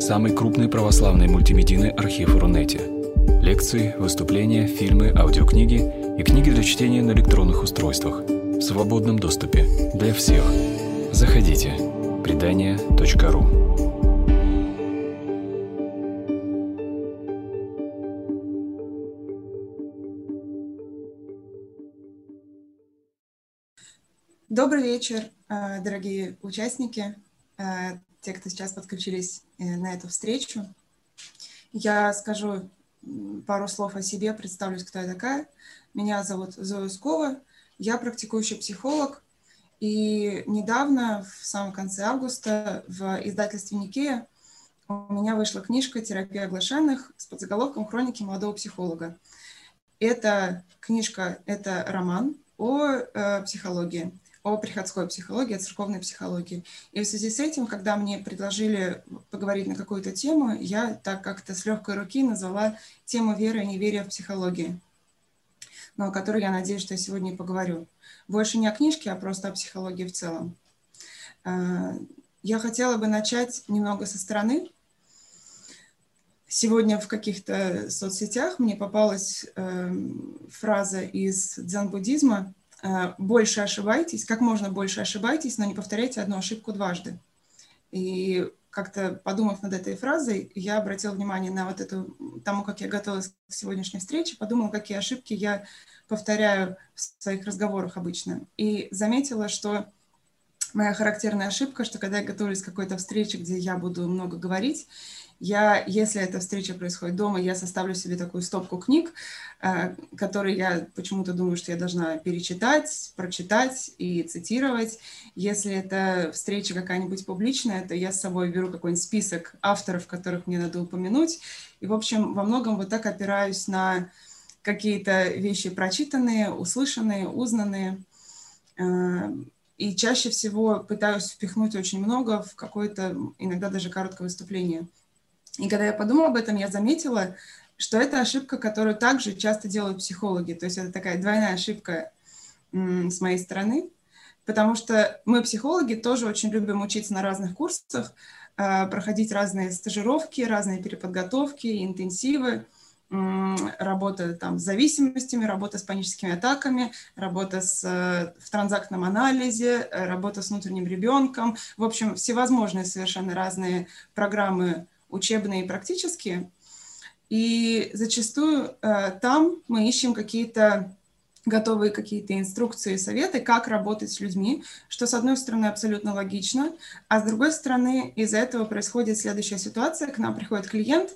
самый крупный православный мультимедийный архив Рунете. Лекции, выступления, фильмы, аудиокниги и книги для чтения на электронных устройствах в свободном доступе для всех. Заходите. Предания.ру. Добрый вечер, дорогие участники, те, кто сейчас подключились на эту встречу. Я скажу пару слов о себе, представлюсь, кто я такая. Меня зовут Зоя Ускова, я практикующий психолог. И недавно, в самом конце августа, в издательстве «Никея» у меня вышла книжка «Терапия оглашенных» с подзаголовком «Хроники молодого психолога». Эта книжка – это роман о психологии, о приходской психологии, о церковной психологии. И в связи с этим, когда мне предложили поговорить на какую-то тему, я так как-то с легкой руки назвала тему веры и неверия в психологии, но о которой я надеюсь, что я сегодня и поговорю. Больше не о книжке, а просто о психологии в целом. Я хотела бы начать немного со стороны. Сегодня в каких-то соцсетях мне попалась фраза из дзен-буддизма: «Больше ошибайтесь, как можно больше ошибайтесь, но не повторяйте одну ошибку дважды». И как-то подумав над этой фразой, я обратила внимание на вот эту, тому, как я готовилась к сегодняшней встрече, подумала, какие ошибки я повторяю в своих разговорах обычно. И заметила, что моя характерная ошибка, что когда я готовлюсь к какой-то встрече, где я буду много говорить, если эта встреча происходит дома, я составлю себе такую стопку книг, которые я почему-то думаю, что я должна перечитать, прочитать и цитировать. Если это встреча какая-нибудь публичная, то я с собой беру какой-нибудь список авторов, которых мне надо упомянуть. И, в общем, во многом вот так опираюсь на какие-то вещи прочитанные, услышанные, узнанные. И чаще всего пытаюсь впихнуть очень много в какое-то, иногда даже короткое выступление. И когда я подумала об этом, я заметила, что это ошибка, которую также часто делают психологи. То есть это такая двойная ошибка с моей стороны, потому что мы, психологи, тоже очень любим учиться на разных курсах, проходить разные стажировки, разные переподготовки, интенсивы, работа там с зависимостями, работа с паническими атаками, работа в транзактном анализе, работа с внутренним ребенком. В общем, всевозможные совершенно разные программы учебные и практические. И зачастую там мы ищем готовые какие-то инструкции, советы, как работать с людьми, что, с одной стороны, абсолютно логично, а с другой стороны, из-за этого происходит следующая ситуация. К нам приходит клиент,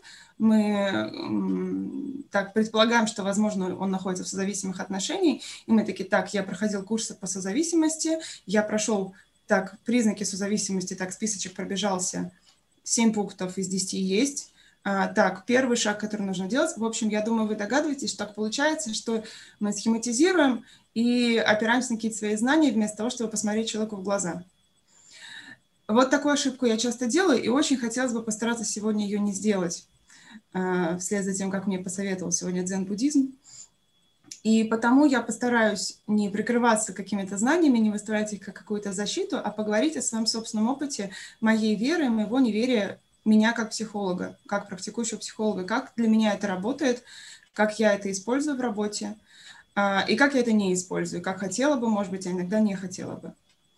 мы так предполагаем, что, возможно, он находится в созависимых отношениях, и мы такие: так, я проходил курсы по созависимости, я прошел, так, признаки созависимости, так, списочек пробежался, 7 пунктов из 10 есть. Так, первый шаг, который нужно делать. В общем, я думаю, вы догадываетесь, что так получается, что мы схематизируем и опираемся на какие-то свои знания вместо того, чтобы посмотреть человеку в глаза. Вот такую ошибку я часто делаю, и очень хотелось бы постараться сегодня ее не сделать, вслед за тем, как мне посоветовал сегодня дзен-буддизм. И потому я постараюсь не прикрываться какими-то знаниями, не выставлять их как какую-то защиту, а поговорить о своем собственном опыте моей веры и моего неверия, меня как психолога, как практикующего психолога, как для меня это работает, как я это использую в работе, и как я это не использую, как хотела бы, может быть, а иногда не хотела бы.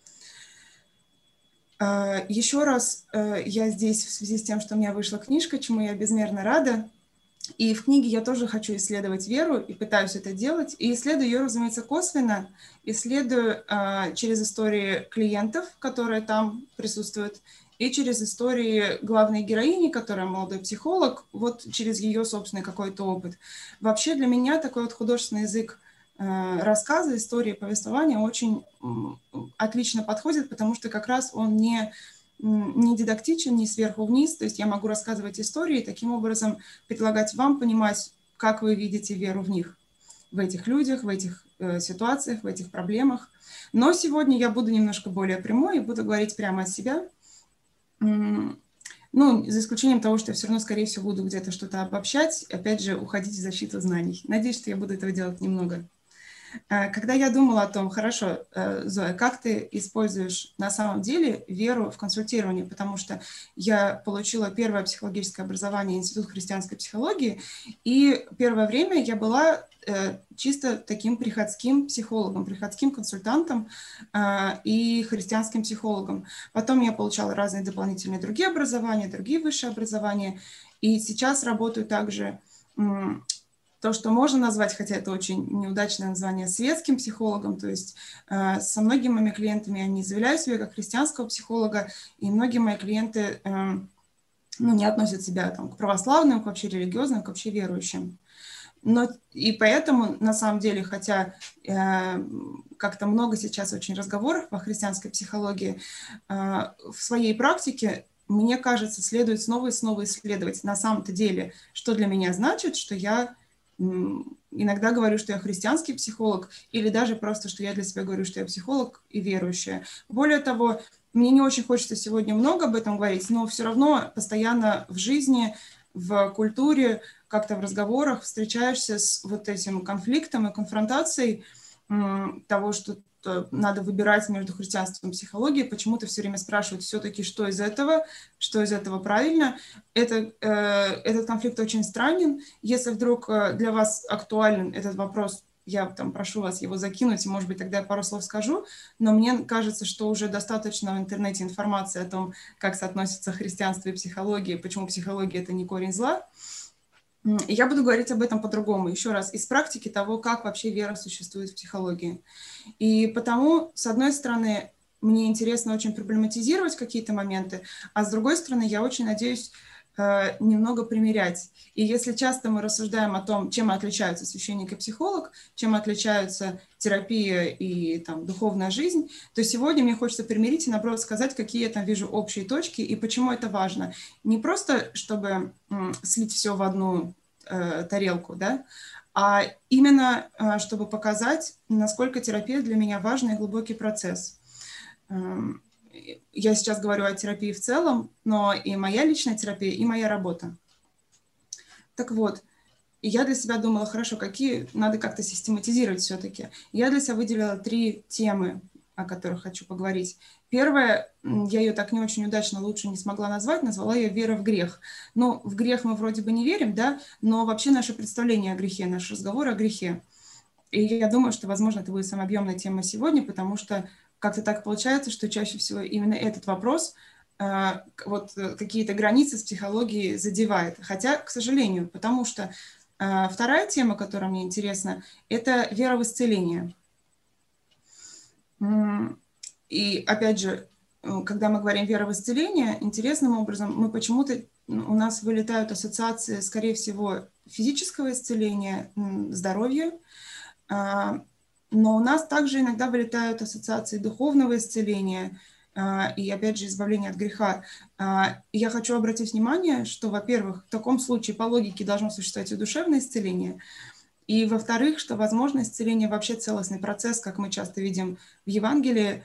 Еще раз, я здесь в связи с тем, что у меня вышла книжка, чему я безмерно рада. И в книге я тоже хочу исследовать веру и пытаюсь это делать. И исследую ее, разумеется, косвенно. Исследую через истории клиентов, которые там присутствуют, и через истории главной героини, которая молодой психолог, вот через ее собственный какой-то опыт. Вообще для меня такой вот художественный язык рассказа, истории, повествования очень отлично подходит, потому что как раз он не дидактичен, не сверху вниз, то есть я могу рассказывать истории и таким образом предлагать вам понимать, как вы видите веру в них, в этих людях, в этих ситуациях, в этих проблемах. Но сегодня я буду немножко более прямой и буду говорить прямо от себя. Ну, за исключением того, что я все равно, скорее всего, буду где-то что-то обобщать, опять же, уходить в защиту знаний. Надеюсь, что я буду этого делать немного Когда я думала о том, хорошо, Зоя, как ты используешь на самом деле веру в консультировании, потому что я получила первое психологическое образование Институт христианской психологии, и первое время я была чисто таким приходским психологом, приходским консультантом и христианским психологом. Потом я получала разные дополнительные другие образования, другие высшие образования, и сейчас работаю также то, что можно назвать, хотя это очень неудачное название, светским психологом, то есть со многими моими клиентами я не заявляю себя как христианского психолога, и многие мои клиенты не относят себя там, к православным, к вообще религиозным, к вообще верующим. Но и поэтому, на самом деле, хотя как-то много сейчас очень разговоров по христианской психологии, в своей практике, мне кажется, следует снова и снова исследовать на самом-то деле, что для меня значит, что я иногда говорю, что я христианский психолог, или даже просто, что я для себя говорю, что я психолог и верующая. Более того, мне не очень хочется сегодня много об этом говорить, но все равно постоянно в жизни, в культуре, как-то в разговорах встречаешься с вот этим конфликтом и конфронтацией того, что надо выбирать между христианством и психологией, почему-то все время спрашивают все-таки, что из этого правильно. Этот конфликт очень странен. Если вдруг для вас актуален этот вопрос, я там прошу вас его закинуть, и, может быть, тогда я пару слов скажу, но мне кажется, что уже достаточно в интернете информации о том, как соотносятся христианство и психология, почему психология – это не корень зла. И я буду говорить об этом по-другому, еще раз, из практики того, как вообще вера существует в психологии. И потому, с одной стороны, мне интересно очень проблематизировать какие-то моменты, а с другой стороны, я очень надеюсь немного примерять. И если часто мы рассуждаем о том, чем отличаются священник и психолог, чем отличаются терапия и там, духовная жизнь, то сегодня мне хочется примирить и, наоборот, сказать, какие я там вижу общие точки и почему это важно. Не просто, чтобы слить все в одну тарелку, да, а именно, чтобы показать, насколько терапия для меня важный и глубокий процесс. Я сейчас говорю о терапии в целом, но и моя личная терапия, и моя работа. Так вот, я для себя думала, хорошо, какие надо как-то систематизировать все-таки. Я для себя выделила 3 темы, о которых хочу поговорить. Первая, я ее так не очень удачно лучше не смогла назвать, назвала ее «Вера в грех». Ну, в грех мы вроде бы не верим, да, но вообще наше представление о грехе, наш разговор о грехе. И я думаю, что, возможно, это будет самая объемная тема сегодня, потому что как-то так получается, что чаще всего именно этот вопрос вот какие-то границы с психологией задевает. Хотя, к сожалению, потому что вторая тема, которая мне интересна, это вера в исцеление. И опять же, когда мы говорим «вера в исцеление», интересным образом мы почему-то, у нас вылетают ассоциации, скорее всего, физического исцеления, здоровья, но у нас также иногда вылетают ассоциации духовного исцеления и, опять же, избавления от греха. И я хочу обратить внимание, что, во-первых, в таком случае по логике должно существовать и душевное исцеление, и, во-вторых, что, возможно, исцеление вообще целостный процесс, как мы часто видим в Евангелии,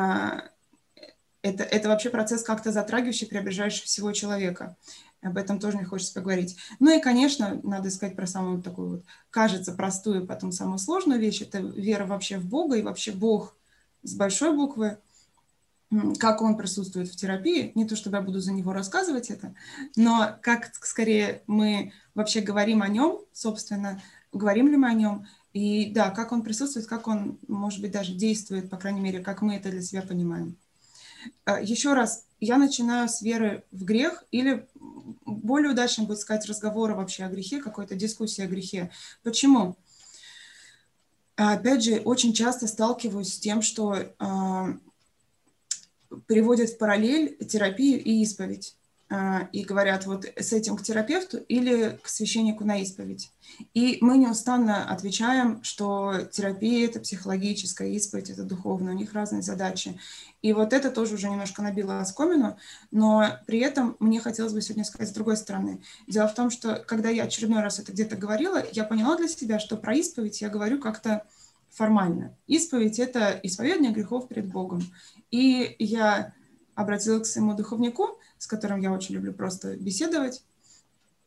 это вообще процесс как-то затрагивающий, преображающий всего человека. Об этом тоже мне хочется поговорить. Ну и, конечно, надо сказать про самую такую вот, кажется, простую, потом самую сложную вещь. Это вера вообще в Бога и вообще Бог с большой буквы, как он присутствует в терапии. Не то, чтобы я буду за него рассказывать это, но как скорее мы вообще говорим о нем, собственно, говорим ли мы о нем, и да, как он присутствует, как он, может быть, даже действует, по крайней мере, как мы это для себя понимаем. Еще раз, я начинаю с веры в грех, или более удачно будет сказать разговора вообще о грехе, какой-то дискуссии о грехе. Почему? Опять же, очень часто сталкиваюсь с тем, что приводят в параллель терапию и исповедь. И говорят вот с этим к терапевту или к священнику на исповедь. И мы неустанно отвечаем, что терапия – это психологическая, исповедь – это духовная, у них разные задачи. И вот это тоже уже немножко набило оскомину, но при этом мне хотелось бы сегодня сказать с другой стороны. Дело в том, что когда я очередной раз это где-то говорила, я поняла для себя, что про исповедь я говорю как-то формально. Исповедь – это исповедание грехов перед Богом. И я обратилась к своему духовнику, с которым я очень люблю просто беседовать,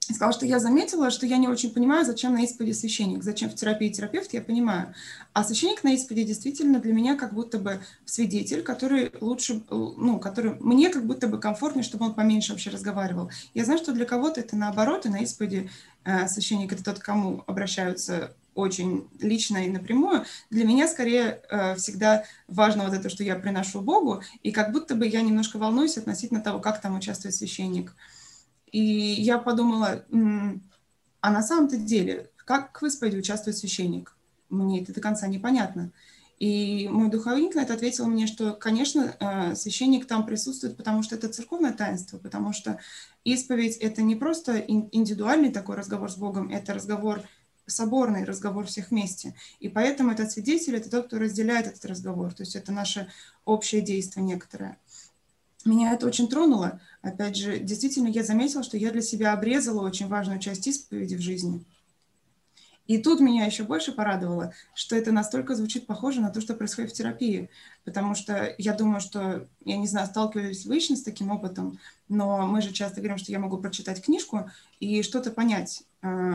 сказала, что я заметила, что я не очень понимаю, зачем на исповеди священник, зачем в терапии терапевт, я понимаю. А священник на исповеди действительно для меня как будто бы свидетель, который лучше, ну, который мне как будто бы комфортнее, чтобы он поменьше вообще разговаривал. Я знаю, что для кого-то это наоборот, и на исповеди священник это тот, к кому обращаются очень лично и напрямую. Для меня скорее всегда важно вот это, что я приношу Богу, и как будто бы я немножко волнуюсь относительно того, как там участвует священник. И я подумала, а на самом-то деле, как в исповеди участвует священник? Мне это до конца непонятно. И мой духовник на это ответил мне, что, конечно, священник там присутствует, потому что это церковное таинство, потому что исповедь – это не просто индивидуальный такой разговор с Богом, это разговор соборный, разговор всех вместе. И поэтому этот свидетель – это тот, кто разделяет этот разговор. То есть это наше общее действие некоторое. Меня это очень тронуло. Опять же, действительно, я заметила, что я для себя обрезала очень важную часть исповеди в жизни. И тут меня еще больше порадовало, что это настолько звучит похоже на то, что происходит в терапии. Потому что я думаю, что, я не знаю, сталкивались вы лично с таким опытом, но мы же часто говорим, что я могу прочитать книжку и что-то понять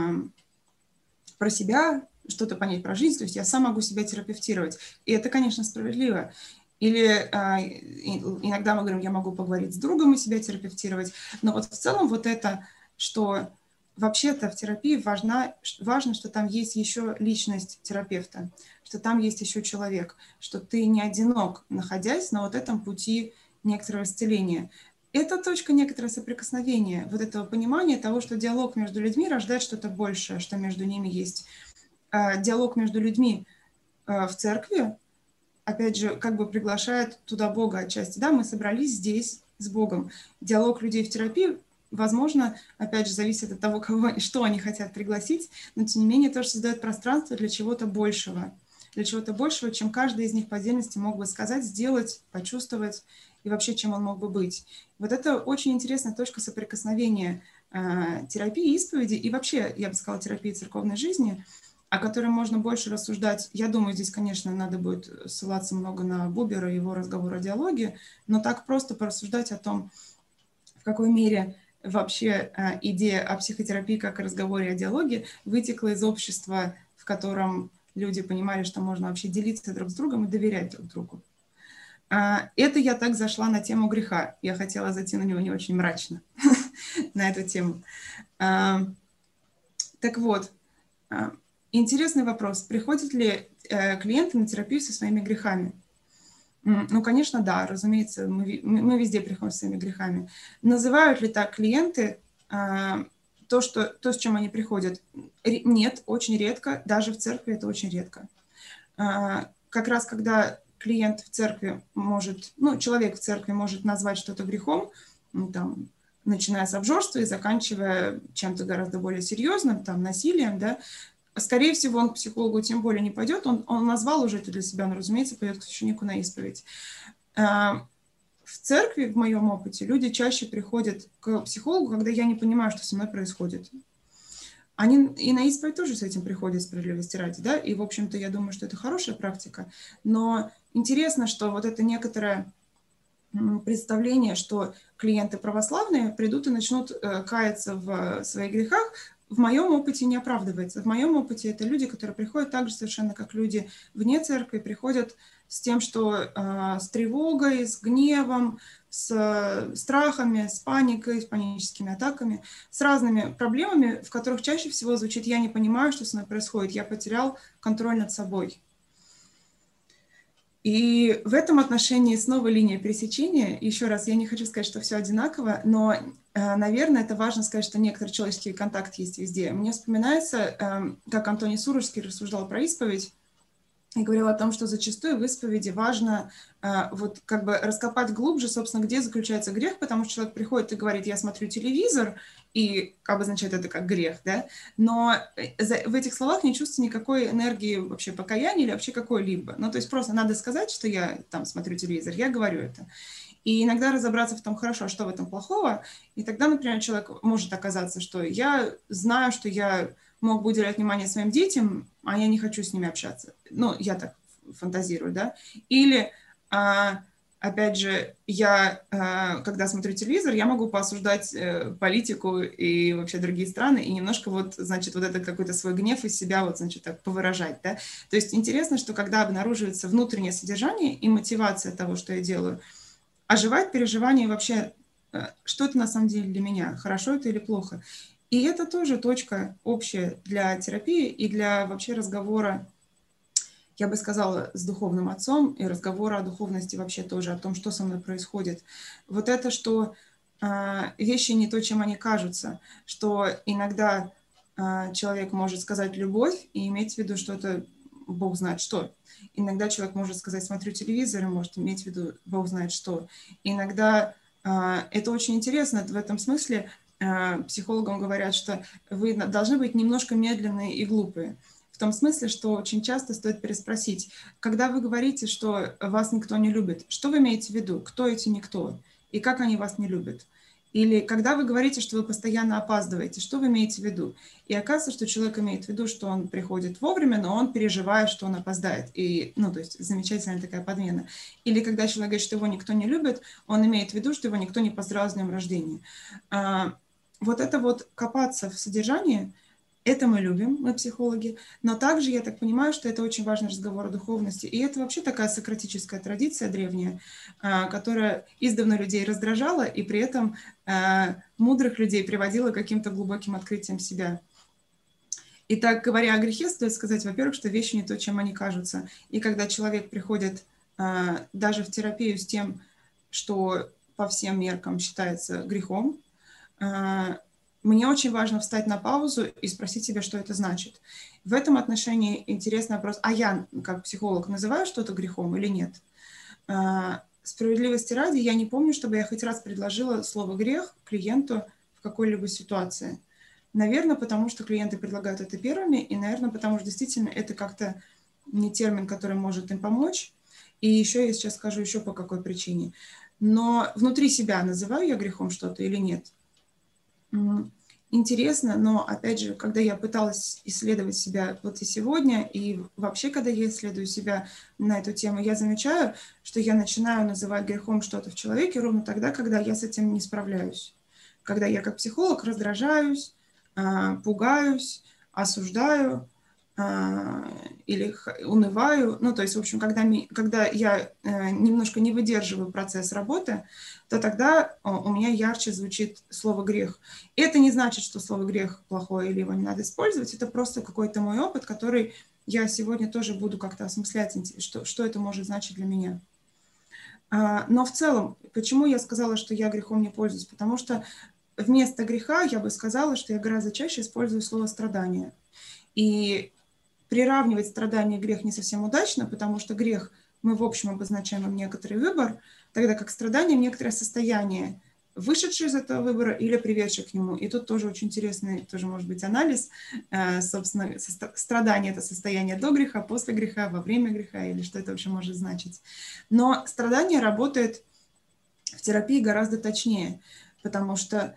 про себя, что-то понять про жизнь. То есть я сам могу себя терапевтировать. И это, конечно, справедливо. Или иногда мы говорим, я могу поговорить с другом и себя терапевтировать. Но вот в целом вот это, что вообще-то в терапии важно, что там есть еще личность терапевта, что там есть еще человек, что ты не одинок, находясь на вот этом пути некоторого исцеления. Это точка некоторого соприкосновения, вот этого понимания того, что диалог между людьми рождает что-то большее, что между ними есть. Диалог между людьми в церкви, опять же, как бы приглашает туда Бога отчасти. Да, мы собрались здесь с Богом. Диалог людей в терапии, возможно, опять же, зависит от того, что они хотят пригласить, но, тем не менее, тоже создает пространство для чего-то большего, чем каждый из них по отдельности мог бы сказать, сделать, почувствовать и вообще, чем он мог бы быть. Вот это очень интересная точка соприкосновения терапии, исповеди и вообще, я бы сказала, терапии церковной жизни, о котором можно больше рассуждать. Я думаю, здесь, конечно, надо будет ссылаться много на Бубера и его разговор о диалоге, но так просто порассуждать о том, в какой мере вообще идея о психотерапии как о разговоре о диалоге вытекла из общества, в котором люди понимали, что можно вообще делиться друг с другом и доверять друг другу. Это я так зашла на тему греха. Я хотела зайти на него не очень мрачно, на эту тему. Так вот, интересный вопрос. Приходят ли клиенты на терапию со своими грехами? Ну, конечно, да, разумеется, мы везде приходим со своими грехами. Называют ли так клиенты то, с чем они приходят? Нет, очень редко, даже в церкви это очень редко. Как раз когда клиент в церкви может, человек в церкви может назвать что-то грехом, там, начиная с обжорства и заканчивая чем-то гораздо более серьезным, там, насилием, да, скорее всего, он к психологу тем более не пойдет, он назвал уже это для себя, но, разумеется, пойдет к священнику на исповедь. В церкви, в моем опыте, люди чаще приходят к психологу, когда я не понимаю, что со мной происходит. Они и на исповедь тоже с этим приходят, справедливости ради, да, и, в общем-то, я думаю, что это хорошая практика, но интересно, что вот это некоторое представление, что клиенты православные придут и начнут каяться в своих грехах, в моем опыте не оправдывается. В моем опыте это люди, которые приходят так же совершенно, как люди вне церкви, приходят с тем, что с тревогой, с гневом, с страхами, с паникой, с паническими атаками, с разными проблемами, в которых чаще всего звучит «я не понимаю, что со мной происходит, я потерял контроль над собой». И в этом отношении снова линия пересечения. Еще раз, я не хочу сказать, что все одинаково, но, наверное, это важно сказать, что некоторый человеческий контакт есть везде. Мне вспоминается, как Антоний Сурожский рассуждал про исповедь и говорил о том, что зачастую в исповеди важно вот как бы раскопать глубже, собственно, где заключается грех, потому что человек приходит и говорит, я смотрю телевизор, и обозначает это как грех, да, но в этих словах не чувствуется никакой энергии вообще покаяния или вообще какой-либо. Ну, то есть просто надо сказать, что я там смотрю телевизор, я говорю это. И иногда разобраться в том, хорошо, что в этом плохого, и тогда, например, человек может оказаться, что я знаю, что я мог бы уделять внимание своим детям, а я не хочу с ними общаться. Ну, я так фантазирую, да. Или Опять же, я, когда смотрю телевизор, я могу поосуждать политику и вообще другие страны, и немножко вот, значит, вот этот какой-то свой гнев из себя, вот, значит, так повыражать, да. То есть интересно, что когда обнаруживается внутреннее содержание и мотивация того, что я делаю, оживает переживание вообще, что это на самом деле для меня, хорошо это или плохо. И это тоже точка общая для терапии и для вообще разговора, я бы сказала, с духовным отцом и разговора о духовности вообще тоже, о том, что со мной происходит. Вот это, что вещи не то, чем они кажутся, что иногда человек может сказать «любовь» и иметь в виду, что это Бог знает что. Иногда человек может сказать «смотрю телевизор» и может иметь в виду Бог знает что. Иногда это очень интересно в этом смысле. Психологам говорят, что вы должны быть немножко медленные и глупые. В том смысле, что очень часто стоит переспросить, когда вы говорите, что вас никто не любит, что вы имеете в виду, кто эти никто и как они вас не любят? Или когда вы говорите, что вы постоянно опаздываете, что вы имеете в виду? И оказывается, что человек имеет в виду, что он приходит вовремя, но он переживает, что он опоздает. И, ну, то есть замечательная такая подмена. Или когда человек говорит, что его никто не любит, он имеет в виду, что его никто не поздравил с днем рождения. Вот это вот копаться в содержании, это мы любим, мы психологи, но также я так понимаю, что это очень важный разговор о духовности, и это вообще такая сократическая традиция древняя, которая издавна людей раздражала и при этом мудрых людей приводила к каким-то глубоким открытиям себя. Итак, говоря о грехе, стоит сказать, во-первых, что вещи не то, чем они кажутся. И когда человек приходит даже в терапию с тем, что по всем меркам считается грехом, мне очень важно встать на паузу и спросить себя, что это значит. В этом отношении интересный вопрос, а я, как психолог, называю что-то грехом или нет? Справедливости ради, я не помню, чтобы я хоть раз предложила слово «грех» клиенту в какой-либо ситуации. Наверное, потому что клиенты предлагают это первыми, и, наверное, потому что действительно это как-то не термин, который может им помочь. И еще я сейчас скажу еще по какой причине. Но внутри себя называю я грехом что-то или нет? Интересно, но, опять же, когда я пыталась исследовать себя вот и сегодня, и вообще, когда я исследую себя на эту тему, я замечаю, что я начинаю называть грехом что-то в человеке ровно тогда, когда я с этим не справляюсь. Когда я как психолог раздражаюсь, пугаюсь, осуждаю или унываю. Ну, то есть, в общем, когда я немножко не выдерживаю процесс работы, то тогда у меня ярче звучит слово «грех». И это не значит, что слово «грех» плохое или его не надо использовать. Это просто какой-то мой опыт, который я сегодня тоже буду как-то осмыслять, что это может значить для меня. Но в целом, почему я сказала, что я грехом не пользуюсь? Потому что вместо греха я бы сказала, что я гораздо чаще использую слово «страдание». И приравнивать страдание и грех не совсем удачно, потому что грех мы в общем обозначаем им некоторый выбор, тогда как страдание некоторое состояние, вышедшее из этого выбора или приведшее к нему. И тут тоже очень интересный, тоже может быть анализ. Собственно, страдание – это состояние до греха, после греха, во время греха, или что это вообще может значить. Но страдание работает в терапии гораздо точнее, потому что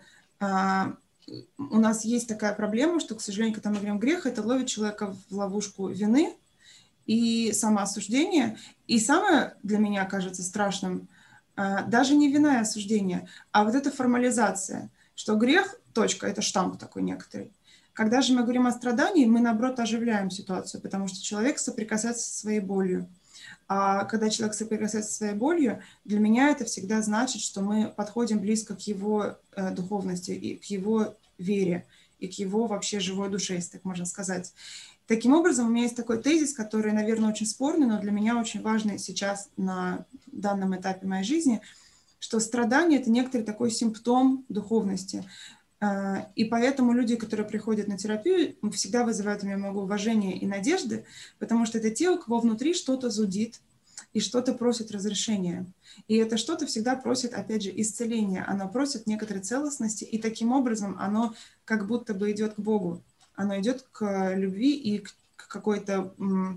у нас есть такая проблема, что, к сожалению, когда мы говорим грех, это ловит человека в ловушку вины и самоосуждения. И самое для меня кажется страшным, даже не вина и осуждение, а вот эта формализация, что грех, точка, это штамп такой некоторый. Когда же мы говорим о страдании, мы, наоборот, оживляем ситуацию, потому что человек соприкасается со своей болью. А когда человек соприкасается со своей болью, для меня это всегда значит, что мы подходим близко к его духовности и к его вере, и к его вообще живой душе, если так можно сказать. Таким образом, у меня есть такой тезис, который, наверное, очень спорный, но для меня очень важный сейчас на данном этапе моей жизни, что страдание – это некоторый такой симптом духовности. И поэтому люди, которые приходят на терапию, всегда вызывают у меня много уважения и надежды, потому что это те, у кого внутри что-то зудит и что-то просит разрешения. И это что-то всегда просит, опять же, исцеления. Оно просит некоторой целостности, и таким образом оно как будто бы идет к Богу. Оно идет к любви и к какой-то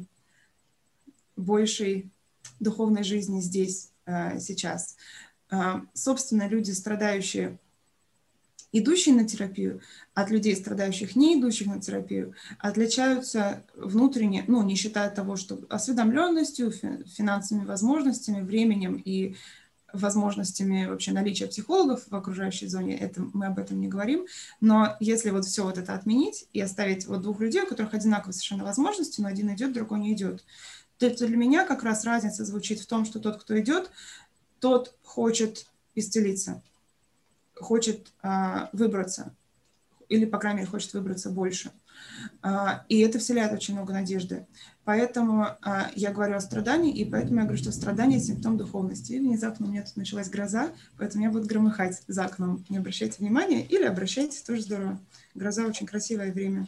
большей духовной жизни здесь, сейчас. Собственно, люди, страдающие идущие на терапию от людей, страдающих, не идущих на терапию, отличаются внутренне, ну, не считая того, что осведомленностью, финансовыми возможностями, временем и возможностями вообще наличия психологов в окружающей зоне, это, мы об этом не говорим, но если вот все вот это отменить и оставить вот двух людей, у которых одинаковые совершенно возможности, но один идет, другой не идет, то это для меня как раз разница звучит в том, что тот, кто идет, тот хочет исцелиться, хочет выбраться, или, по крайней мере, хочет выбраться больше. И это вселяет очень много надежды. Поэтому я говорю о страдании, и поэтому я говорю, что страдание – симптом духовности. И внезапно у меня тут началась гроза, поэтому я буду громыхать за окном. Не обращайте внимания или обращайтесь, тоже здорово. Гроза – очень красивое время.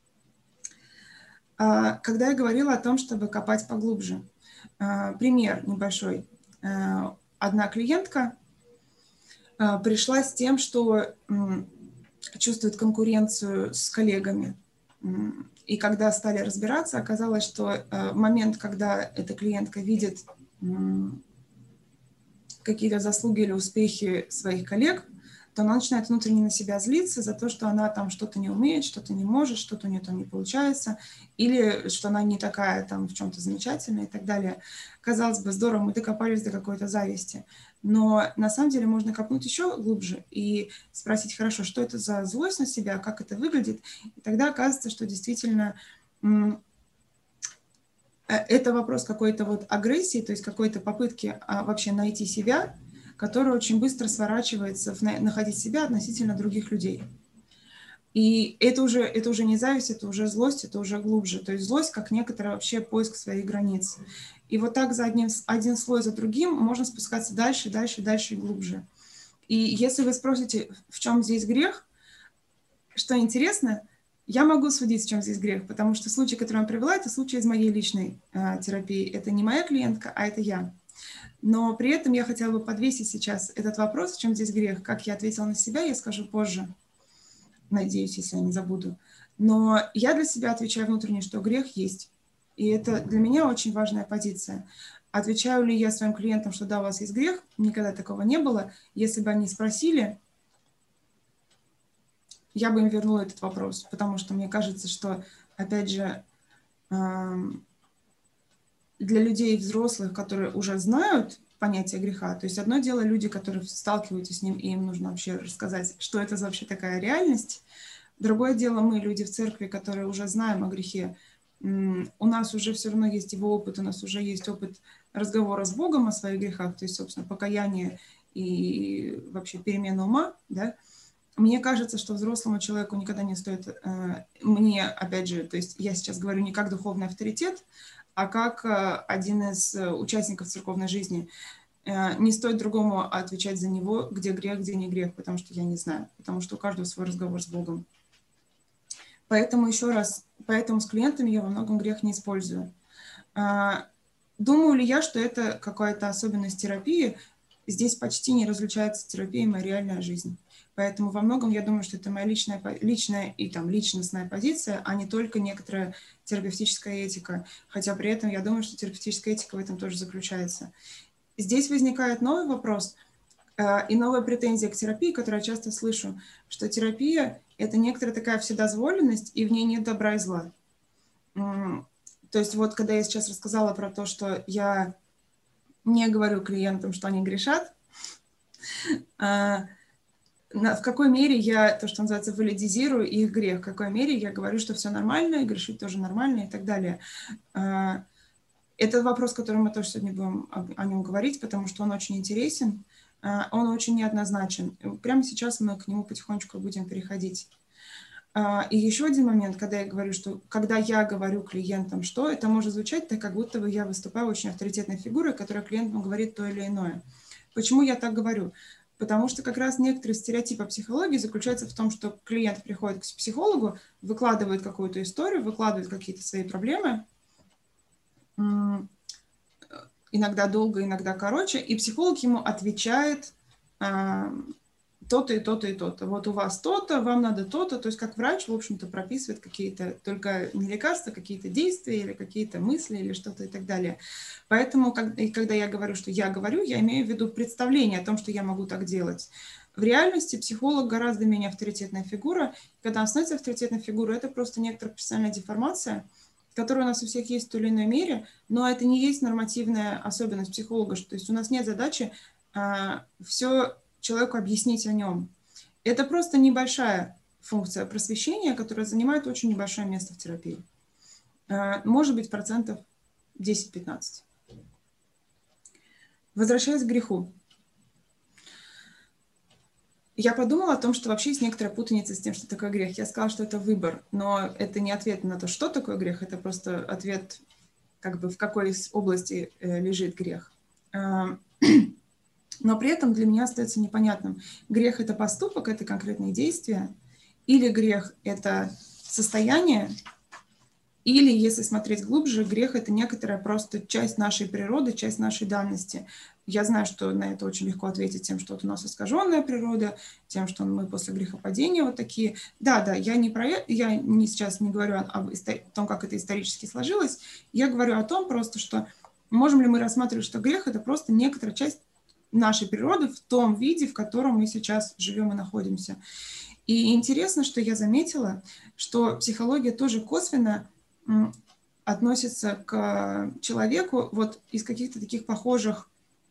Когда я говорила о том, чтобы копать поглубже, пример небольшой. Одна клиентка пришла с тем, что чувствует конкуренцию с коллегами. И когда стали разбираться, оказалось, что момент, когда эта клиентка видит какие-то заслуги или успехи своих коллег, то она начинает внутренне на себя злиться за то, что она там что-то не умеет, что-то не может, что-то у нее там не получается, или что она не такая там в чем-то замечательная и так далее. Казалось бы, здорово, мы докопались до какой-то зависти. Но на самом деле можно копнуть еще глубже и спросить, хорошо, что это за злость на себя, как это выглядит. И тогда оказывается, что действительно это вопрос какой-то вот агрессии, то есть какой-то попытки вообще найти себя, которая очень быстро сворачивается в находить себя относительно других людей. И это уже не зависть, это уже злость, это уже глубже. То есть злость как некоторый вообще поиск своих границ. И вот так за один слой за другим можно спускаться дальше, дальше, дальше и глубже. И если вы спросите, в чем здесь грех, что интересно, я могу судить, в чем здесь грех, потому что случай, который я привела, это случай из моей личной терапии. Это не моя клиентка, а это я. Но при этом я хотела бы подвесить сейчас этот вопрос, в чем здесь грех. Как я ответила на себя, я скажу позже. Надеюсь, если я не забуду. Но я для себя отвечаю внутренне, что грех есть. И это для меня очень важная позиция. Отвечаю ли я своим клиентам, что да, у вас есть грех? Никогда такого не было. Если бы они спросили, я бы им вернула этот вопрос. Потому что мне кажется, что, опять же, для людей взрослых, которые уже знают понятие греха, то есть одно дело люди, которые сталкиваются с ним, и им нужно вообще рассказать, что это вообще такая реальность. Другое дело мы, люди в церкви, которые уже знаем о грехе, у нас уже все равно есть его опыт, у нас уже есть опыт разговора с Богом о своих грехах, то есть, собственно, покаяние и вообще перемена ума, да. Мне кажется, что взрослому человеку никогда не стоит, мне, опять же, то есть я сейчас говорю не как духовный авторитет, а как один из участников церковной жизни. Не стоит другому отвечать за него, где грех, где не грех, потому что я не знаю, потому что у каждого свой разговор с Богом. Поэтому еще раз, поэтому с клиентами я во многом грех не использую. Думаю ли я, что это какая-то особенность терапии? Здесь почти не различается терапия и моя реальная жизнь. Поэтому во многом я думаю, что это моя личная и там личностная позиция, а не только некоторая терапевтическая этика. Хотя при этом я думаю, что терапевтическая этика в этом тоже заключается. Здесь возникает новый вопрос и новая претензия к терапии, которую я часто слышу, что терапия – это некоторая такая вседозволенность, и в ней нет добра и зла. То есть вот когда я сейчас рассказала про то, что я не говорю клиентам, что они грешат, в какой мере я, то, что называется, валидизирую их грех, в какой мере я говорю, что все нормально, и грешить тоже нормально и так далее. Это вопрос, который мы тоже сегодня будем о нем говорить, потому что он очень интересен, он очень неоднозначен. Прямо сейчас мы к нему потихонечку будем переходить. И еще один момент, когда я говорю, что когда я говорю клиентам, что это может звучать так, как будто бы я выступаю очень авторитетной фигурой, которая клиентам говорит то или иное. Почему я так говорю? Потому что как раз некоторые стереотипы психологии заключаются в том, что клиент приходит к психологу, выкладывает какую-то историю, выкладывает какие-то свои проблемы, иногда долго, иногда короче, и психолог ему отвечает то-то и то-то и то-то. Вот у вас то-то, вам надо то-то. То есть как врач, в общем-то, прописывает какие-то, только не лекарства, какие-то действия или какие-то мысли или что-то и так далее. Поэтому, когда я говорю, что я говорю, я имею в виду представление о том, что я могу так делать. В реальности психолог гораздо менее авторитетная фигура. Когда он становится авторитетной фигурой, это просто некоторая профессиональная деформация, которая у нас у всех есть в той или иной мере, но это не есть нормативная особенность психолога. То есть у нас нет задачи все человеку объяснить о нем. Это просто небольшая функция просвещения, которая занимает очень небольшое место в терапии. Может быть, 10-15%. Возвращаясь к греху. Я подумала о том, что вообще есть некоторая путаница с тем, что такое грех. Я сказала, что это выбор, но это не ответ на то, что такое грех, это просто ответ, как бы в какой области лежит грех. Но при этом для меня остается непонятным, грех – это поступок, это конкретные действия, или грех – это состояние, или, если смотреть глубже, грех – это некоторая просто часть нашей природы, часть нашей данности. Я знаю, что на это очень легко ответить тем, что вот у нас искаженная природа, тем, что мы после грехопадения вот такие. Да, я сейчас не говорю о том, как это исторически сложилось, я говорю о том просто, что можем ли мы рассматривать, что грех – это просто некоторая часть нашей природы в том виде, в котором мы сейчас живем и находимся. И интересно, что я заметила, что психология тоже косвенно относится к человеку вот из каких-то таких похожих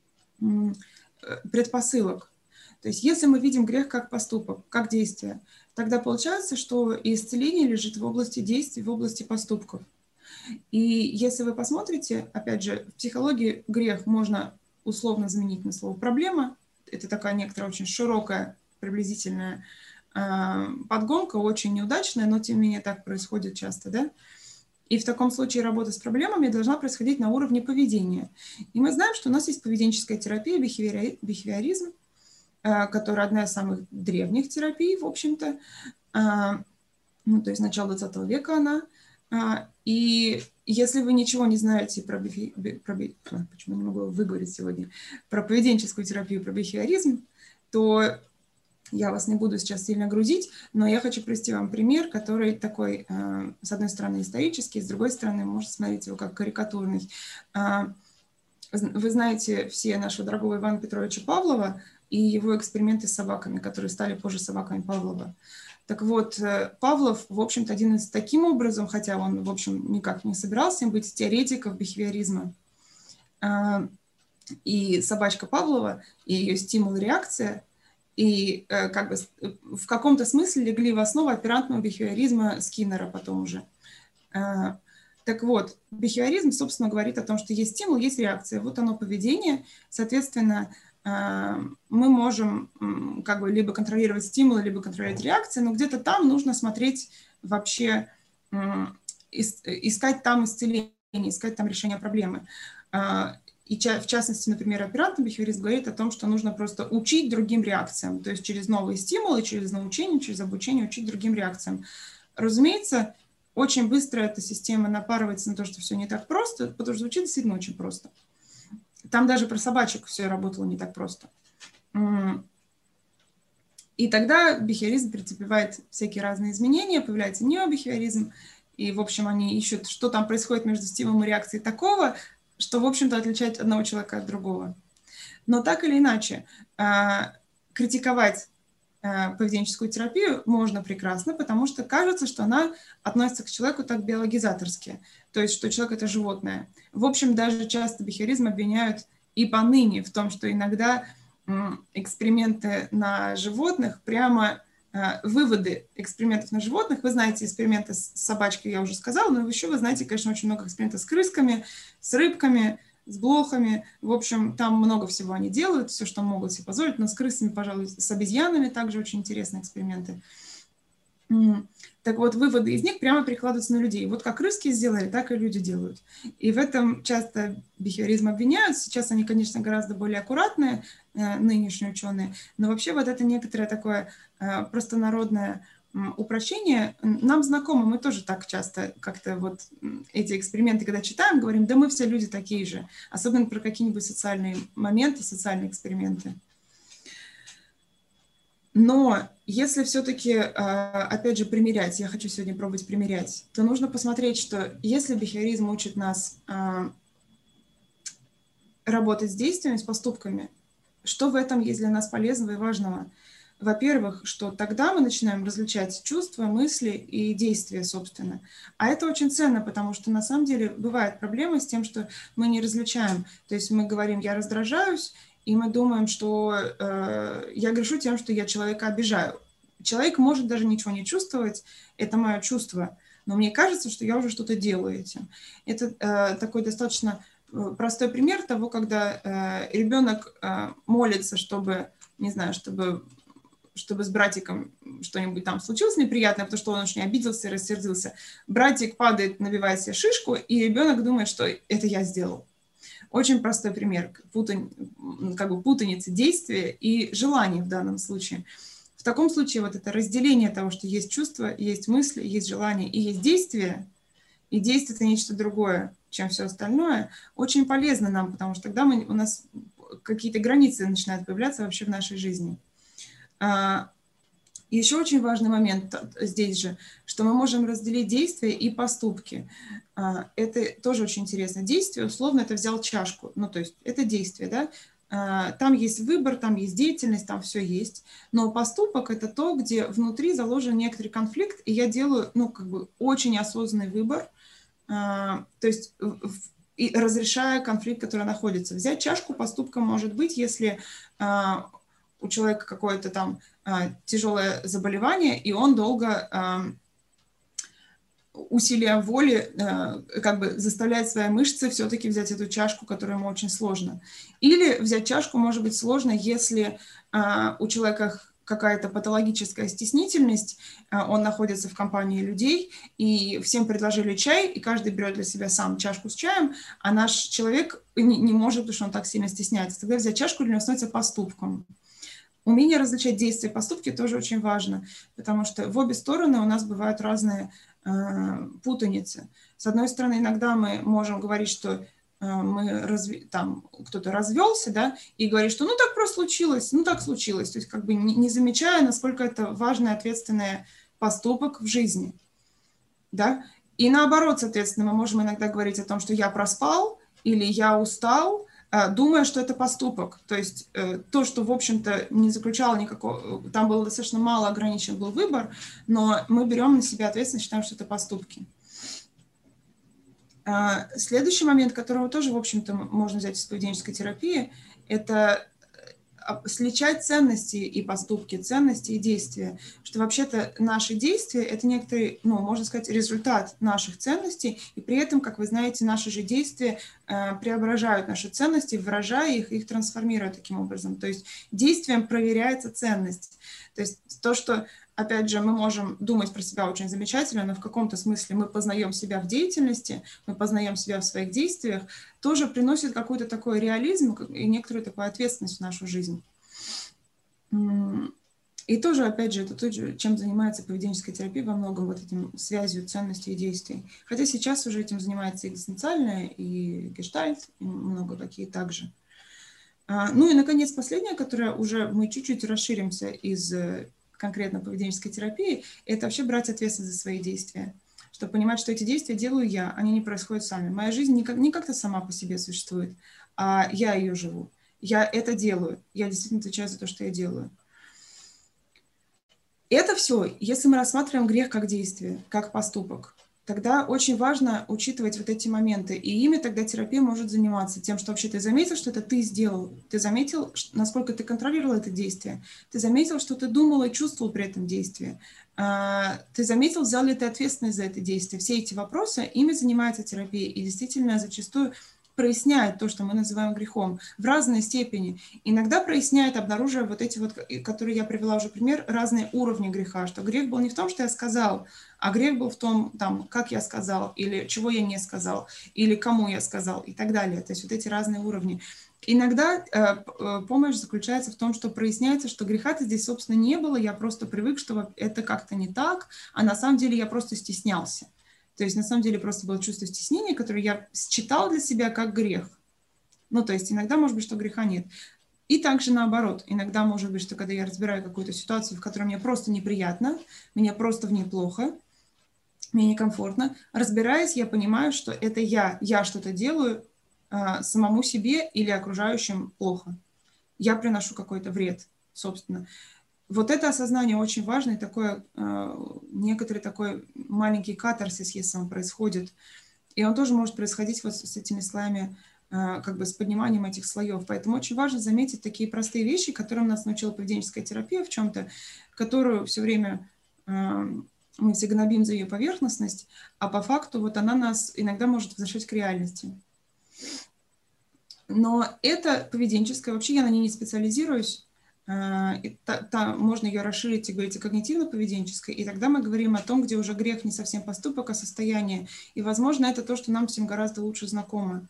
предпосылок. То есть если мы видим грех как поступок, как действие, тогда получается, что исцеление лежит в области действий, в области поступков. И если вы посмотрите, опять же, в психологии грех можно условно заменить на слово «проблема». Это такая некоторая очень широкая, приблизительная подгонка, очень неудачная, но тем не менее так происходит часто, да? И в таком случае работа с проблемами должна происходить на уровне поведения. И мы знаем, что у нас есть поведенческая терапия, бихевиоризм, которая одна из самых древних терапий, в общем-то. То есть начало 20 века она. И если вы ничего не знаете про почему не могу выговорить сегодня, про поведенческую терапию, про бихевиоризм, то я вас не буду сейчас сильно грузить, но я хочу привести вам пример, который такой, с одной стороны, исторический, с другой стороны, можно смотреть его как карикатурный. Вы знаете все нашего дорогого Ивана Петровича Павлова и его эксперименты с собаками, которые стали позже собаками Павлова. Так вот, Павлов, в общем-то, один из таким образом, хотя он, в общем, никак не собирался им быть, теоретиков бихевиоризма. И собачка Павлова, и ее стимул и реакция, и как бы в каком-то смысле легли в основу оперантного бихевиоризма Скиннера потом уже. Так вот, бихевиоризм, собственно, говорит о том, что есть стимул, есть реакция. Вот оно поведение. Соответственно, мы можем как бы либо контролировать стимулы, либо контролировать реакции, но где-то там нужно смотреть вообще, искать там исцеление, искать там решение проблемы. И в частности, например, оперантный бихевиоризм говорит о том, что нужно просто учить другим реакциям, то есть через новые стимулы, через научение, через обучение учить другим реакциям. Разумеется, очень быстро эта система напарывается на то, что все не так просто, потому что звучит действительно очень просто. Там даже про собачек все работало не так просто. И тогда бихевиоризм претерпевает всякие разные изменения, появляется необихевиоризм, и, в общем, они ищут, что там происходит между стимулом и реакцией такого, что, в общем-то, отличает одного человека от другого. Но так или иначе, критиковать поведенческую терапию можно прекрасно, потому что кажется, что она относится к человеку так биологизаторски, то есть, что человек – это животное. В общем, даже часто бихевиоризм обвиняют и поныне в том, что иногда эксперименты на животных прямо выводы экспериментов на животных. Вы знаете эксперименты с собачкой, я уже сказала, но еще вы знаете, конечно, очень много экспериментов с крысками, с рыбками, с блохами. В общем, там много всего они делают, все, что могут себе позволить, но с крысами, пожалуй, с обезьянами также очень интересные эксперименты. Так вот, выводы из них прямо перекладываются на людей. Вот как крыски сделали, так и люди делают. И в этом часто бихевиоризм обвиняют. Сейчас они, конечно, гораздо более аккуратные, нынешние ученые, но вообще вот это некоторое такое простонародное упрощение нам знакомо. Мы тоже так часто как-то вот эти эксперименты, когда читаем, говорим, да мы все люди такие же. Особенно про какие-нибудь социальные моменты, социальные эксперименты. Но если все-таки, опять же, примерять, я хочу сегодня пробовать примерять, то нужно посмотреть, что если бихевиоризм учит нас работать с действиями, с поступками, Что в этом есть для нас полезного и важного? Во-первых, что тогда мы начинаем различать чувства, мысли и действия, собственно. А это очень ценно, потому что на самом деле бывает проблема с тем, что мы не различаем. То есть мы говорим «я раздражаюсь», и мы думаем, что я грешу тем, что я человека обижаю. Человек может даже ничего не чувствовать, это мое чувство, но мне кажется, что я уже что-то делаю этим. Это такой достаточно простой пример того, когда ребенок молится, чтобы, не знаю, чтобы с братиком что-нибудь там случилось неприятное, потому что он очень обиделся и рассердился. Братик падает, набивает себе шишку, и ребенок думает, что это я сделал. Очень простой пример путаницы действия и желания в данном случае. В таком случае вот это разделение того, что есть чувства, есть мысли, есть желания и есть действие, и действие – это нечто другое, чем все остальное, очень полезно нам, потому что тогда у нас какие-то границы начинают появляться вообще в нашей жизни. Еще очень важный момент здесь же, что мы можем разделить действия и поступки. Это тоже очень интересно. Действие, условно, это взял чашку, ну, то есть это действие, да? Там есть выбор, там есть деятельность, там все есть. Но поступок – это то, где внутри заложен некоторый конфликт, и я делаю, очень осознанный выбор, то есть и разрешая конфликт, который находится. Взять чашку поступком может быть, если у человека какое-то там тяжелое заболевание, и он долго усилием воли заставляет свои мышцы все-таки взять эту чашку, которая ему очень сложно. Или взять чашку может быть сложно, если у человека какая-то патологическая стеснительность, он находится в компании людей, и всем предложили чай, и каждый берет для себя сам чашку с чаем, а наш человек не может, потому что он так сильно стесняется. Тогда взять чашку для него становится поступком. Умение различать действия и поступки тоже очень важно, потому что в обе стороны у нас бывают разные путаницы. С одной стороны, иногда мы можем говорить, что кто-то развелся, да, и говорит, что так просто случилось, так случилось, то есть не замечая, насколько это важный, ответственный поступок в жизни, да. И наоборот, соответственно, мы можем иногда говорить о том, что я проспал или я устал, думая, что это поступок. То есть то, что, в общем-то, не заключало никакого... Там было достаточно мало ограничен был выбор, но мы берем на себя ответственность, считаем, что это поступки. Следующий момент, которого тоже, в общем-то, можно взять из поведенческой терапии, это сличать ценности и поступки, ценности и действия. Что вообще-то наши действия – это некоторый, можно сказать, результат наших ценностей, и при этом, как вы знаете, наши же действия преображают наши ценности, выражая их трансформируя таким образом. То есть действием проверяется ценность. То есть то, что, опять же, мы можем думать про себя очень замечательно, но в каком-то смысле мы познаем себя в деятельности, мы познаем себя в своих действиях, тоже приносит какой-то такой реализм и некоторую такую ответственность в нашу жизнь. И тоже, опять же, это то, чем занимается поведенческая терапия во многом, вот этим связью ценностей и действий. Хотя сейчас уже этим занимается и экзистенциальная, и гештальт, и много какие также. Ну и, наконец, последнее, которое уже мы чуть-чуть расширимся из конкретно поведенческой терапии, это вообще брать ответственность за свои действия. Чтобы понимать, что эти действия делаю я, они не происходят сами. Моя жизнь не как-то сама по себе существует, а я ее живу. Я это делаю. Я действительно отвечаю за то, что я делаю. Это все, если мы рассматриваем грех как действие, как поступок, тогда очень важно учитывать вот эти моменты. И ими тогда терапия может заниматься тем, что вообще ты заметил, что это ты сделал. Ты заметил, насколько ты контролировал это действие. Ты заметил, что ты думал и чувствовал при этом действии. Ты заметил, взял ли ты ответственность за это действие. Все эти вопросы, ими занимается терапия. И действительно зачастую проясняет то, что мы называем грехом, в разной степени. Иногда проясняет, обнаруживая вот эти вот, которые я привела уже пример, разные уровни греха, что грех был не в том, что я сказал, а грех был в том, как я сказал, или чего я не сказал, или кому я сказал, и так далее. То есть вот эти разные уровни. Иногда помощь заключается в том, что проясняется, что греха-то здесь, собственно, не было, я просто привык, что это как-то не так, а на самом деле я просто стеснялся. То есть, на самом деле, просто было чувство стеснения, которое я считал для себя как грех. То есть, иногда может быть, что греха нет. И также наоборот. Иногда может быть, что когда я разбираю какую-то ситуацию, в которой мне просто неприятно, мне просто в ней плохо, мне некомфортно, разбираясь, я понимаю, что это я что-то делаю самому себе или окружающим плохо. я приношу какой-то вред, собственно. Вот это осознание очень важно, и такое, некоторый такой маленький катарсис, если он происходит. И он тоже может происходить вот с этими слоями, как бы с подниманием этих слоев. Поэтому очень важно заметить такие простые вещи, которым нас научила поведенческая терапия в чем-то, которую все время мы все гнобим за ее поверхностность, а по факту вот она нас иногда может возвращать к реальности. Но это поведенческое, вообще я на ней не специализируюсь, можно ее расширить и говорить о когнитивно-поведенческой, и тогда мы говорим о том, где уже грех не совсем поступок, а состояние. И, возможно, это то, что нам всем гораздо лучше знакомо.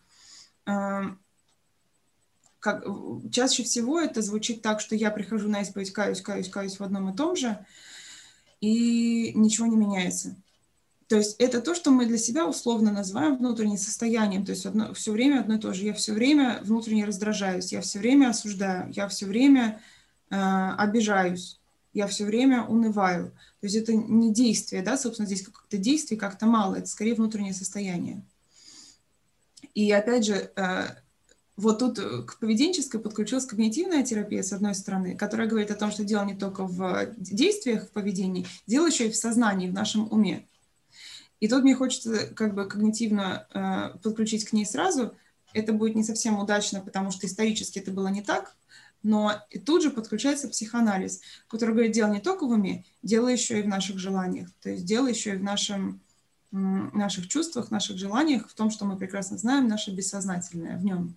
Чаще всего это звучит так, что я прихожу на исповедь, каюсь в одном и том же, и ничего не меняется. То есть это то, что мы для себя условно называем внутренним состоянием. То есть все время одно и то же. Я все время внутренне раздражаюсь, я все время осуждаю, я все время обижаюсь, я все время унываю. То есть это не действие, да, собственно, здесь как-то действий как-то мало, это скорее внутреннее состояние. И опять же, вот тут к поведенческой подключилась когнитивная терапия, с одной стороны, которая говорит о том, что дело не только в действиях, в поведении, дело еще и в сознании, в нашем уме. И тут мне хочется как бы когнитивно подключить к ней сразу. Это будет не совсем удачно, потому что исторически это было не так, но и тут же подключается психоанализ, который говорит, дело не только в уме, дело еще и в наших желаниях, то есть дело еще и в наших чувствах, наших желаниях, в том, что мы прекрасно знаем, наше бессознательное в нем.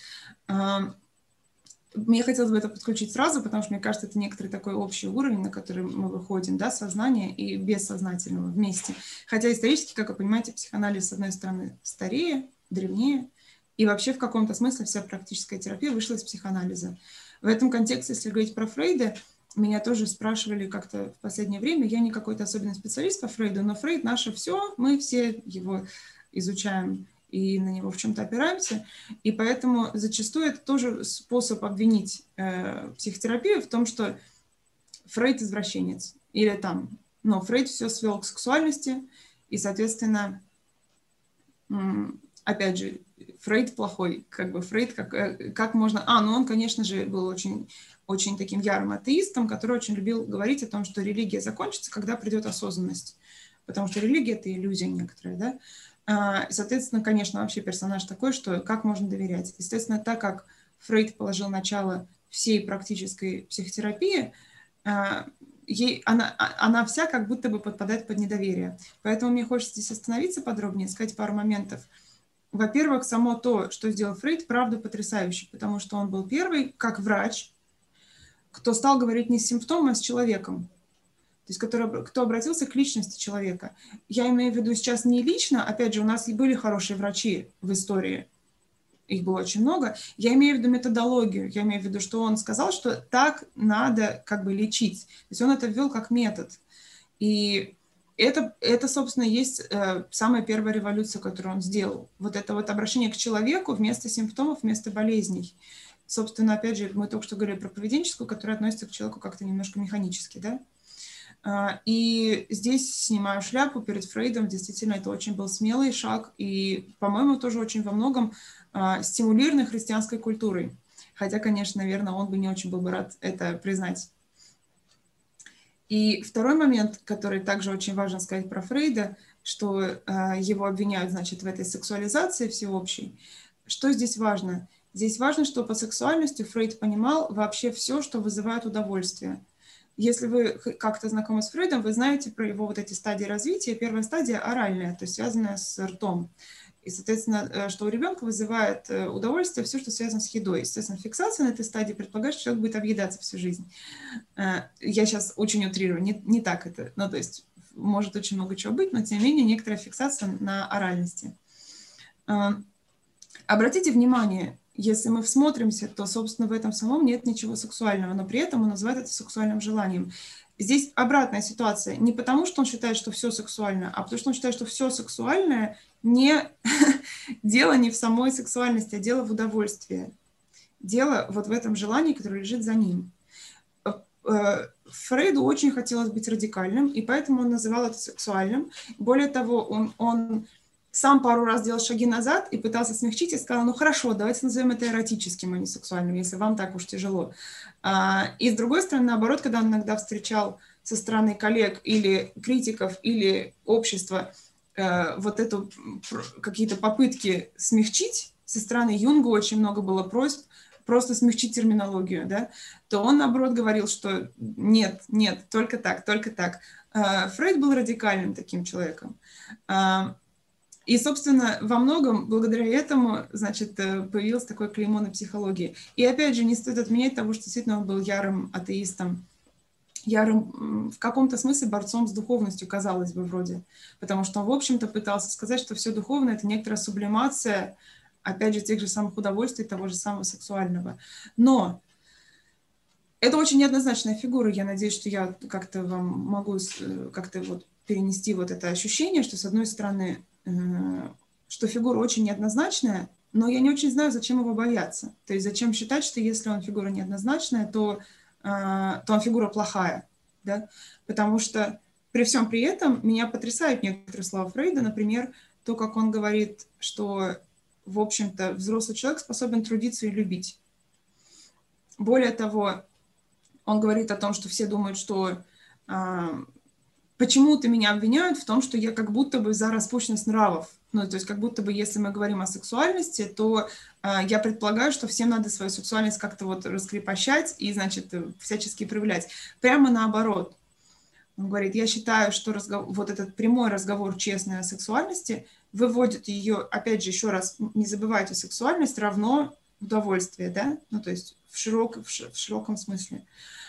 Мне хотелось бы это подключить сразу, потому что, мне кажется, это некоторый такой общий уровень, на который мы выходим, да, сознание и бессознательного вместе. Хотя исторически, как вы понимаете, психоанализ, с одной стороны, старее, древнее, и вообще в каком-то смысле вся практическая терапия вышла из психоанализа. В этом контексте, если говорить про Фрейда, меня тоже спрашивали как-то в последнее время, я не какой-то особенный специалист по Фрейду, но Фрейд наше все, мы все его изучаем и на него в чем-то опираемся, и поэтому зачастую это тоже способ обвинить психотерапию в том, что Фрейд извращенец, или там, но Фрейд все свел к сексуальности, и, соответственно, опять же, Фрейд плохой, как бы Фрейд, как можно... ну он, конечно же, был очень, очень таким ярым атеистом, который очень любил говорить о том, что религия закончится, когда придет осознанность, потому что религия — это иллюзия некоторая, да. Соответственно, конечно, вообще персонаж такой, что как можно доверять. Естественно, так как Фрейд положил начало всей практической психотерапии, она вся как будто бы подпадает под недоверие. Поэтому мне хочется здесь остановиться подробнее, сказать пару моментов. Во-первых, само то, что сделал Фрейд, правда потрясающе, потому что он был первый, как врач, кто стал говорить не с симптомом, а с человеком. То есть кто обратился к личности человека. Я имею в виду сейчас не лично, опять же, у нас и были хорошие врачи в истории, их было очень много. Я имею в виду методологию, я имею в виду, что он сказал, что так надо как бы лечить. То есть он это ввел как метод. И это собственно, есть самая первая революция, которую он сделал. Вот это вот обращение к человеку вместо симптомов, вместо болезней. Собственно, опять же, мы только что говорили про поведенческую, которая относится к человеку как-то немножко механически, да? И здесь снимаю шляпу перед Фрейдом. Действительно, это очень был смелый шаг и, по-моему, тоже очень во многом стимулированный христианской культурой. Хотя, конечно, наверное, он бы не очень был бы рад это признать. И второй момент, который также очень важно сказать про Фрейда, что его обвиняют, значит, в этой сексуализации всеобщей. Что здесь важно? Здесь важно, что по сексуальности Фрейд понимал вообще все, что вызывает удовольствие. Если вы как-то знакомы с Фрейдом, вы знаете про его вот эти стадии развития. Первая стадия оральная, то есть связанная с ртом. И, соответственно, что у ребенка вызывает удовольствие все, что связано с едой. Естественно, фиксация на этой стадии предполагает, что человек будет объедаться всю жизнь. Я сейчас очень утрирую, не так это. Ну, то есть может очень много чего быть, но, тем не менее, некоторая фиксация на оральности. Обратите внимание, если мы всмотримся, то, собственно, в этом самом нет ничего сексуального, но при этом он называет это сексуальным желанием. Здесь обратная ситуация. Не потому, что он считает, что все сексуально, а потому, что он считает, что все сексуальное дело не в самой сексуальности, а дело в удовольствии. Дело вот в этом желании, которое лежит за ним. Фрейду очень хотелось быть радикальным, и поэтому он называл это сексуальным. Более того, он сам пару раз делал шаги назад и пытался смягчить, и сказал, ну хорошо, давайте назовем это эротическим, а не сексуальным, если вам так уж тяжело. И с другой стороны, наоборот, когда он иногда встречал со стороны коллег или критиков, или общества вот эту какие-то попытки смягчить, со стороны Юнга очень много было просьб просто смягчить терминологию, да, то он, наоборот, говорил, что нет, нет, только так, только так. Фрейд был радикальным таким человеком. И, собственно, во многом благодаря этому, значит, появилось такое клеймо на психологии. И, опять же, не стоит отменять того, что действительно он был ярым атеистом, ярым в каком-то смысле борцом с духовностью, казалось бы, вроде. Потому что он, в общем-то, пытался сказать, что все духовное — это некоторая сублимация, опять же, тех же самых удовольствий, того же самого сексуального. Но это очень неоднозначная фигура. Я надеюсь, что я как-то вам могу как-то вот перенести вот это ощущение, что, с одной стороны, что фигура очень неоднозначная, но я не очень знаю, зачем его бояться. То есть зачем считать, что если он фигура неоднозначная, то он фигура плохая. Да? Потому что при всем при этом меня потрясают некоторые слова Фрейда, например, то, как он говорит, что, в общем-то, взрослый человек способен трудиться и любить. Более того, он говорит о том, что все думают, что почему-то меня обвиняют в том, что я как будто бы за распущенность нравов. Ну, то есть как будто бы, если мы говорим о сексуальности, то я предполагаю, что всем надо свою сексуальность как-то вот раскрепощать и, значит, всячески проявлять. Прямо наоборот. Он говорит, я считаю, что вот этот прямой разговор честный о сексуальности выводит ее, опять же, еще раз, не забывайте, сексуальность равно удовольствие, да? Ну, то есть в широком смысле.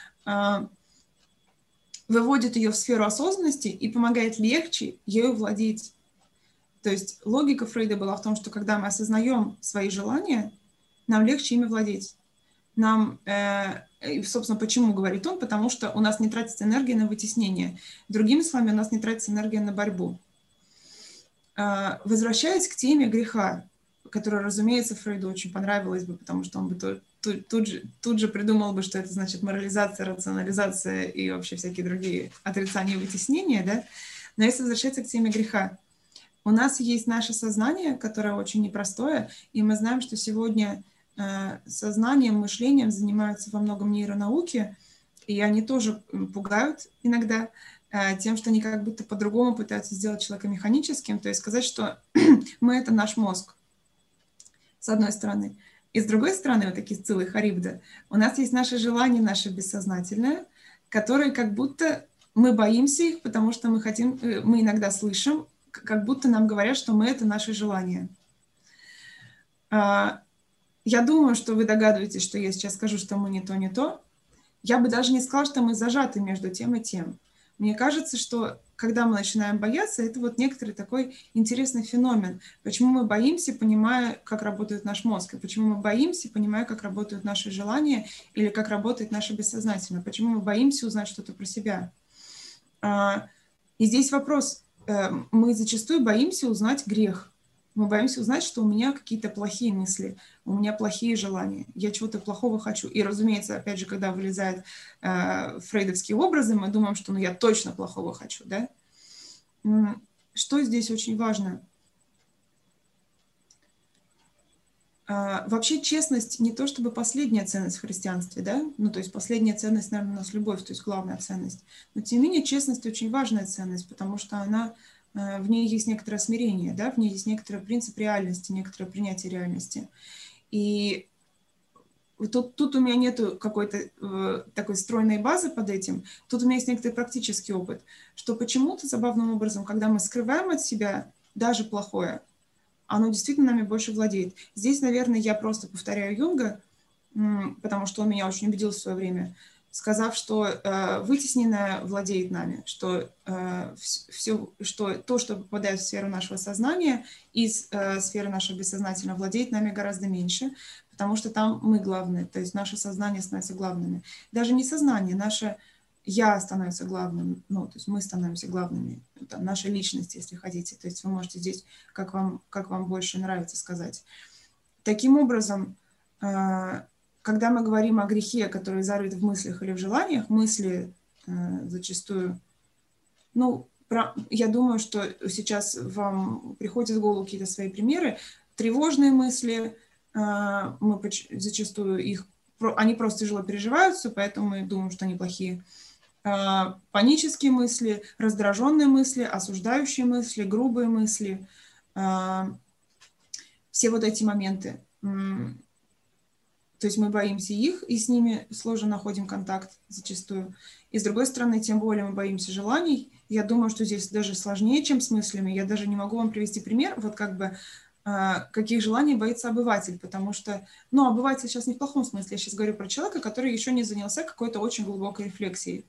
Выводит ее в сферу осознанности и помогает легче ею владеть. То есть логика Фрейда была в том, что когда мы осознаем свои желания, нам легче ими владеть. Нам, собственно, почему говорит он? Потому что у нас не тратится энергия на вытеснение. Другими словами, у нас не тратится энергия на борьбу. Возвращаясь к теме греха, которая, разумеется, Фрейду очень понравилась бы, потому что он бы тут же придумал бы, что это значит морализация, рационализация и вообще всякие другие отрицания и вытеснения, да? Но если возвращаться к теме греха, у нас есть наше сознание, которое очень непростое, и мы знаем, что сегодня сознанием, мышлением занимаются во многом нейронауки, и они тоже пугают иногда тем, что они как будто по-другому пытаются сделать человека механическим, то есть сказать, что мы — это наш мозг, с одной стороны. И с другой стороны, вот такие Сцилла и Харибда, у нас есть наши желания, наше бессознательное, которые как будто мы боимся их, потому что мы иногда слышим, как будто нам говорят, что мы — это наши желания. Я думаю, что вы догадываетесь, что я сейчас скажу, что мы не то, не то. Я бы даже не сказала, что мы зажаты между тем и тем. Мне кажется, что когда мы начинаем бояться, это вот некоторый такой интересный феномен. Почему мы боимся, понимая, как работает наш мозг, и почему мы боимся, понимая, как работают наши желания или как работает наше бессознательное. Почему мы боимся узнать что-то про себя. И здесь вопрос. Мы зачастую боимся узнать грех. Мы боимся узнать, что у меня какие-то плохие мысли, у меня плохие желания, я чего-то плохого хочу. И, разумеется, опять же, когда вылезают фрейдовские образы, мы думаем, что я точно плохого хочу. Да? Что здесь очень важно? Вообще честность не то чтобы последняя ценность в христианстве, да? Ну, то есть последняя ценность, наверное, у нас любовь, то есть главная ценность. Но, тем не менее, честность очень важная ценность, потому что в ней есть некоторое смирение, да? В ней есть некоторый принцип реальности, некоторое принятие реальности. И тут у меня нету какой-то такой стройной базы под этим, тут у меня есть некоторый практический опыт, что почему-то забавным образом, когда мы скрываем от себя даже плохое, оно действительно нами больше владеет. Здесь, наверное, я просто повторяю Юнга, потому что он меня очень убедил в свое время, сказав, что вытесненное владеет нами, что что то, что попадает в сферу нашего сознания, из сферы нашего бессознательного владеет нами гораздо меньше, потому что там мы главные, то есть наше сознание становится главными. Даже не сознание, наше «я» становится главным, ну, то есть мы становимся главными, там, наша личность, если хотите. То есть вы можете здесь, как вам больше нравится сказать. Таким образом, когда мы говорим о грехе, который зарыт в мыслях или в желаниях, мысли зачастую, ну, Я думаю, что сейчас вам приходят в голову какие-то свои примеры. Тревожные мысли, мы зачастую они просто тяжело переживаются, поэтому мы думаем, что они плохие. Панические мысли, раздраженные мысли, осуждающие мысли, грубые мысли, все вот эти моменты. То есть мы боимся их, и с ними сложно находим контакт зачастую. И с другой стороны, тем более мы боимся желаний. Я думаю, что здесь даже сложнее, чем с мыслями. Я даже не могу вам привести пример, вот как бы каких желаний боится обыватель, потому что, обыватель сейчас не в плохом смысле, я сейчас говорю про человека, который еще не занялся какой-то очень глубокой рефлексией.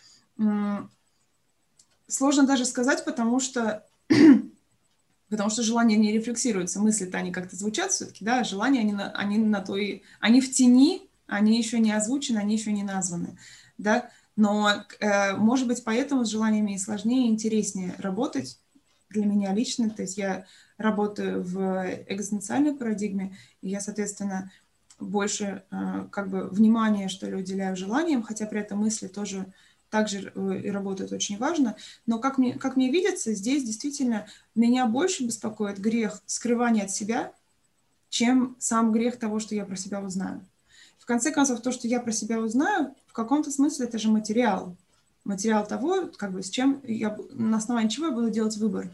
Сложно даже сказать, потому что желания не рефлексируются, мысли-то они как-то звучат все-таки, да, желания, они в тени, они еще не озвучены, они еще не названы, да, но, может быть, поэтому с желаниями и сложнее, и интереснее работать для меня лично, то есть я работаю в экзистенциальной парадигме, и я, соответственно, больше как бы внимания, что ли, уделяю желаниям, хотя при этом мысли тоже также и работают очень важно. Но как мне видится, здесь действительно меня больше беспокоит грех скрывания от себя, чем сам грех того, что я про себя узнаю. В конце концов, то, что я про себя узнаю, в каком-то смысле это же материал. Материал того, как бы, на основании чего я буду делать выбор.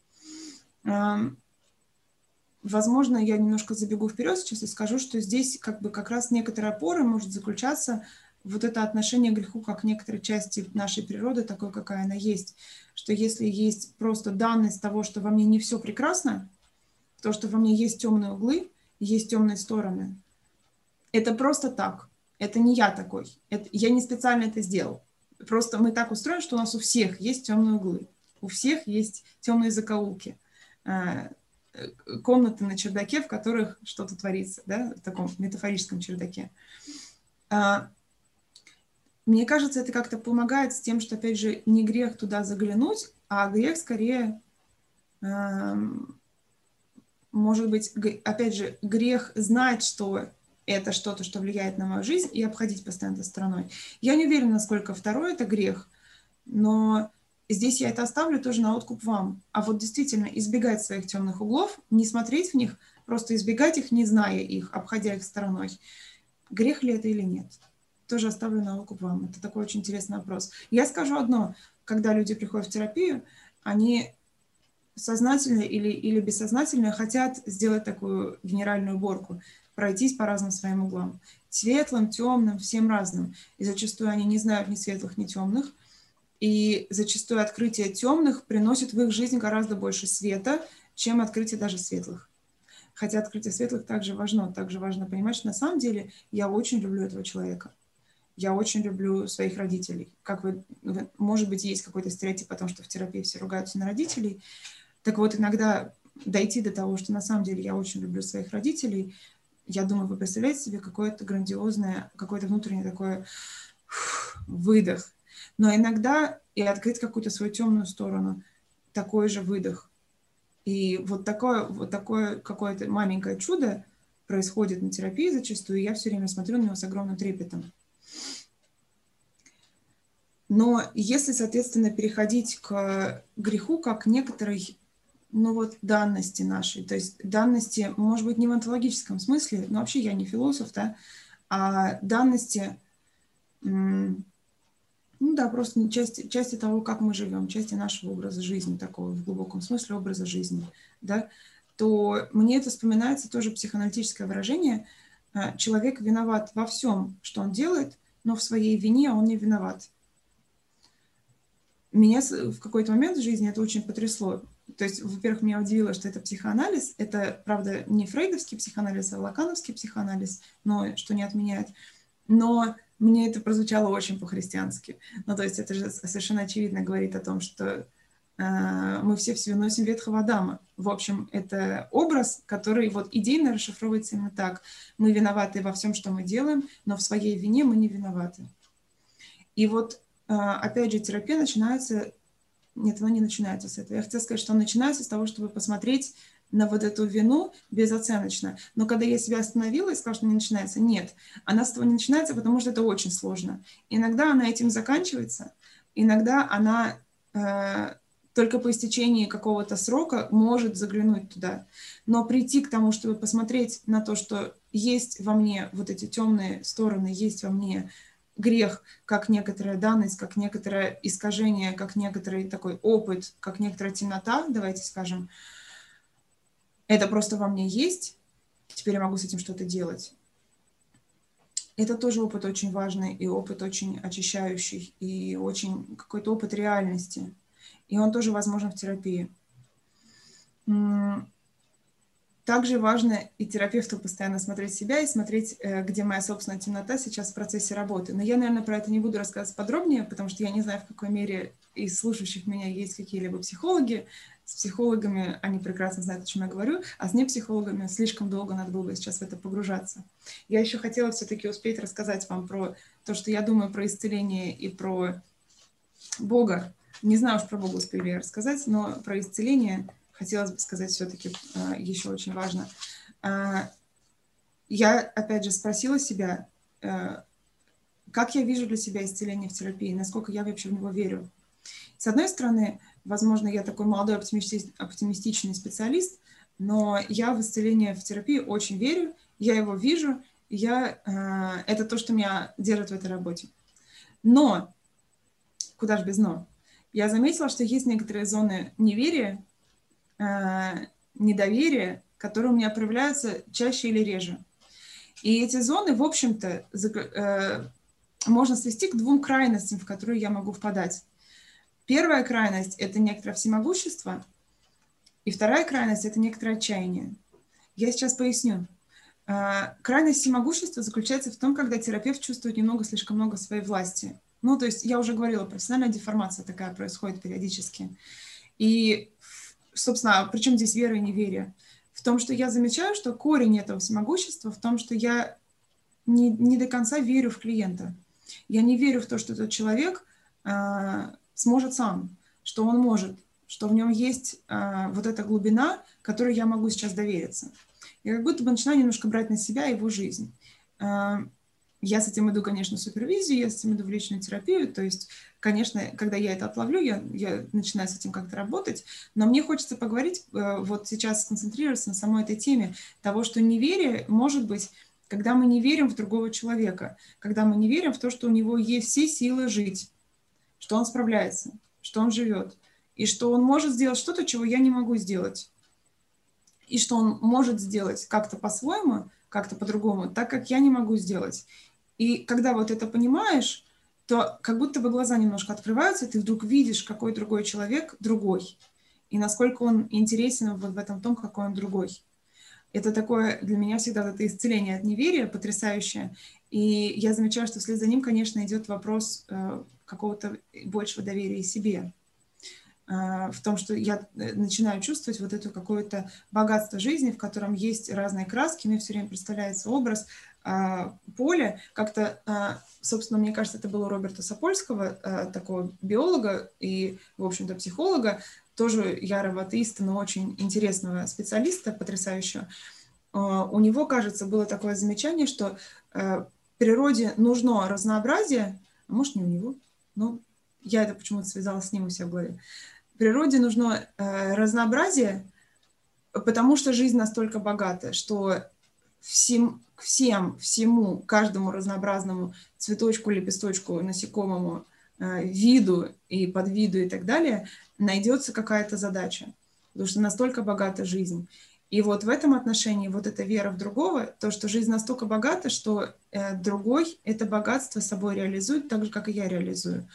Возможно, я немножко забегу вперед сейчас и скажу, что здесь как раз некоторая опора может заключаться вот это отношение к греху как к некоторой части нашей природы, такой, какая она есть. Что если есть просто данность того, что во мне не все прекрасно, то, что во мне есть темные углы, есть темные стороны, это просто так. Это не я такой. Я не специально это сделал. Просто мы так устроены, что у нас у всех есть темные углы. У всех есть темные закоулки. Комнаты на чердаке, в которых что-то творится, да, в таком метафорическом чердаке. Мне кажется, это как-то помогает с тем, что, опять же, не грех туда заглянуть, а грех скорее, может быть, опять же, грех знать, что это что-то, что влияет на мою жизнь, и обходить постоянно стороной. Я не уверена, насколько второй это грех, но здесь я это оставлю тоже на откуп вам. А вот действительно избегать своих темных углов, не смотреть в них, просто избегать их, не зная их, обходя их стороной. Грех ли это или нет? Тоже оставлю на откуп вам. Это такой очень интересный вопрос. Я скажу одно. Когда люди приходят в терапию, они сознательно или бессознательно хотят сделать такую генеральную уборку, пройтись по разным своим углам. Светлым, темным, всем разным. И зачастую они не знают ни светлых, ни темных. И зачастую открытие темных приносит в их жизнь гораздо больше света, чем открытие даже светлых. Хотя открытие светлых также важно. Также важно понимать, что на самом деле я очень люблю этого человека. Я очень люблю своих родителей. Может быть, есть какой-то стереотип о том, что в терапии все ругаются на родителей. Так вот, иногда дойти до того, что на самом деле я очень люблю своих родителей, я думаю, вы представляете себе какое-то грандиозное, какое-то внутреннее такое выдох. Но иногда и открыть какую-то свою темную сторону, такой же выдох. И вот такое какое-то маленькое чудо происходит на терапии зачастую, и я все время смотрю на него с огромным трепетом. Но если, соответственно, переходить к греху как к некоторой, данности нашей, то есть данности, может быть, не в онтологическом смысле, но вообще я не философ, да, а данности, просто части того, как мы живем, части нашего образа жизни, такого в глубоком смысле образа жизни, да, то мне это вспоминается тоже психоаналитическое выражение. Человек виноват во всем, что он делает, но в своей вине он не виноват. Меня в какой-то момент в жизни это очень потрясло. То есть, во-первых, меня удивило, что это психоанализ. Это, правда, не фрейдовский психоанализ, а лакановский психоанализ, но что не отменяет. Но мне это прозвучало очень по-христиански. То есть это же совершенно очевидно говорит о том, что мы все носим ветхого Адама. В общем, это образ, который идейно расшифровывается именно так. Мы виноваты во всем, что мы делаем, но в своей вине мы не виноваты. И опять же, терапия начинается... Нет, она не начинается с этого. Я хотела сказать, что она начинается с того, чтобы посмотреть на эту вину безоценочно. Но когда я себя остановила и сказала, что не начинается, нет. Она с этого не начинается, потому что это очень сложно. Иногда она этим заканчивается, иногда она только по истечении какого-то срока может заглянуть туда. Но прийти к тому, чтобы посмотреть на то, что есть во мне вот эти темные стороны, есть во мне грех, как некоторая данность, как некоторое искажение, как некоторый такой опыт, как некоторая темнота, давайте скажем, это просто во мне есть, теперь я могу с этим что-то делать. Это тоже опыт очень важный, и опыт очень очищающий, и очень какой-то опыт реальности. И он тоже возможен в терапии. Также важно и терапевту постоянно смотреть себя и смотреть, где моя собственная темнота сейчас в процессе работы. Но я, наверное, про это не буду рассказывать подробнее, потому что я не знаю, в какой мере из слушающих меня есть какие-либо психологи. С психологами они прекрасно знают, о чем я говорю, а с непсихологами слишком долго надо было бы сейчас в это погружаться. Я еще хотела все-таки успеть рассказать вам про то, что я думаю про исцеление и про Бога. Не знаю уж, про Бога успею ли я рассказать, но про исцеление хотелось бы сказать все-таки еще очень важно. Я, опять же, спросила себя, как я вижу для себя исцеление в терапии, насколько я вообще в него верю. С одной стороны, возможно, я такой молодой оптимистичный специалист, но я в исцеление в терапии очень верю, я его вижу, это то, что меня держит в этой работе. Но, куда же без но, я заметила, что есть некоторые зоны неверия, недоверия, которые у меня проявляются чаще или реже. И эти зоны, в общем-то, можно свести к двум крайностям, в которые я могу впадать. Первая крайность – это некоторое всемогущество, и вторая крайность – это некоторое отчаяние. Я сейчас поясню. Крайность всемогущества заключается в том, когда терапевт чувствует слишком много своей власти. Ну, то есть я уже говорила, профессиональная деформация такая происходит периодически. И, собственно, причем здесь вера и неверие? В том, что я замечаю, что корень этого всемогущества в том, что я не до конца верю в клиента. Я не верю в то, что этот человек сможет сам, что он может, что в нем есть вот эта глубина, которой я могу сейчас довериться. Я как будто бы начинаю немножко брать на себя его жизнь. Я с этим иду, конечно, в супервизию, я с этим иду в личную терапию, то есть, конечно, когда я это отловлю, я начинаю с этим как-то работать, но мне хочется поговорить, вот сейчас сконцентрироваться на самой этой теме того, что неверие может быть, когда мы не верим в другого человека, когда мы не верим в то, что у него есть все силы жить, что он справляется, что он живет, и что он может сделать что-то, чего я не могу сделать, и что он может сделать как-то по-своему, как-то по-другому, так как я не могу сделать. И когда вот это понимаешь, то как будто бы глаза немножко открываются, и ты вдруг видишь, какой другой человек другой, и насколько он интересен вот в этом том, какой он другой. Это такое для меня всегда это исцеление от неверия потрясающее. И я замечаю, что вслед за ним, конечно, идет вопрос какого-то большего доверия себе. В том, что я начинаю чувствовать вот это какое-то богатство жизни, в котором есть разные краски. Мне все время представляется образ поля. Как-то, собственно, мне кажется, это было у Роберта Сапольского, такого биолога и, в общем-то, психолога, тоже ярого атеиста, но очень интересного специалиста, потрясающего. У него, кажется, было такое замечание, что природе нужно разнообразие, а может, не у него, но я это почему-то связала с ним у себя в голове. Природе нужно разнообразие, потому что жизнь настолько богата, что всему, каждому разнообразному цветочку, лепесточку, насекомому, виду и подвиду и так далее найдется какая-то задача, потому что настолько богата жизнь. И вот в этом отношении вот эта вера в другого, то, что жизнь настолько богата, что другой это богатство собой реализует, так же, как и я реализую.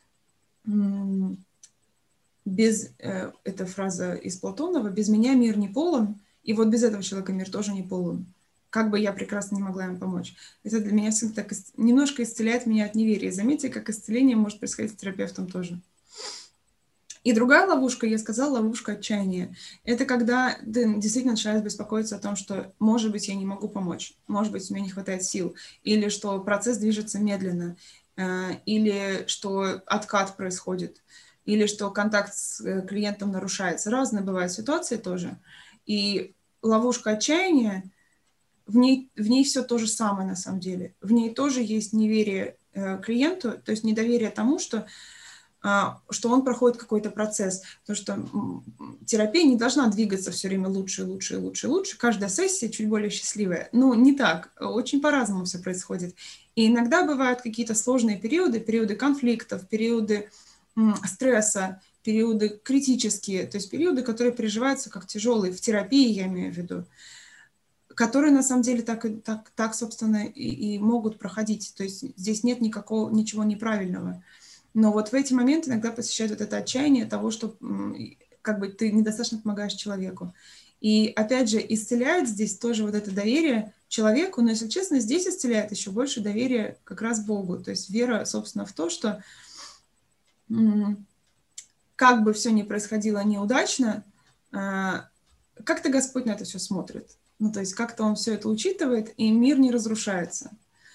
Это фраза из Платонова, без меня мир не полон, и вот без этого человека мир тоже не полон. Как бы я прекрасно не могла им помочь. Это для меня всегда так немножко исцеляет меня от неверия. Заметьте, как исцеление может происходить с терапевтом тоже. И другая ловушка, я сказала, ловушка отчаяния. Это когда ты действительно начинаешь беспокоиться о том, что, может быть, я не могу помочь, может быть, у меня не хватает сил, или что процесс движется медленно, или что откат происходит, или что контакт с клиентом нарушается. Разные бывают ситуации тоже. И ловушка отчаяния, в ней все то же самое на самом деле. В ней тоже есть неверие клиенту, то есть недоверие тому, что что он проходит какой-то процесс. Потому что терапия не должна двигаться все время лучше, лучше, лучше, лучше. Каждая сессия чуть более счастливая. Ну, не так. Очень по-разному все происходит. И иногда бывают какие-то сложные периоды, периоды конфликтов, периоды стресса, периоды критические, то есть периоды, которые переживаются как тяжелые, в терапии я имею в виду, которые на самом деле так собственно, и могут проходить. То есть здесь нет ничего неправильного. Но вот в эти моменты иногда посещает вот это отчаяние того, что как бы ты недостаточно помогаешь человеку. И опять же, исцеляет здесь тоже вот это доверие человеку, но, если честно, здесь исцеляет еще больше доверие как раз Богу. То есть вера, собственно, в то, что как бы все ни происходило неудачно, как-то Господь на это все смотрит. Ну, то есть как-то Он все это учитывает, и мир не разрушается.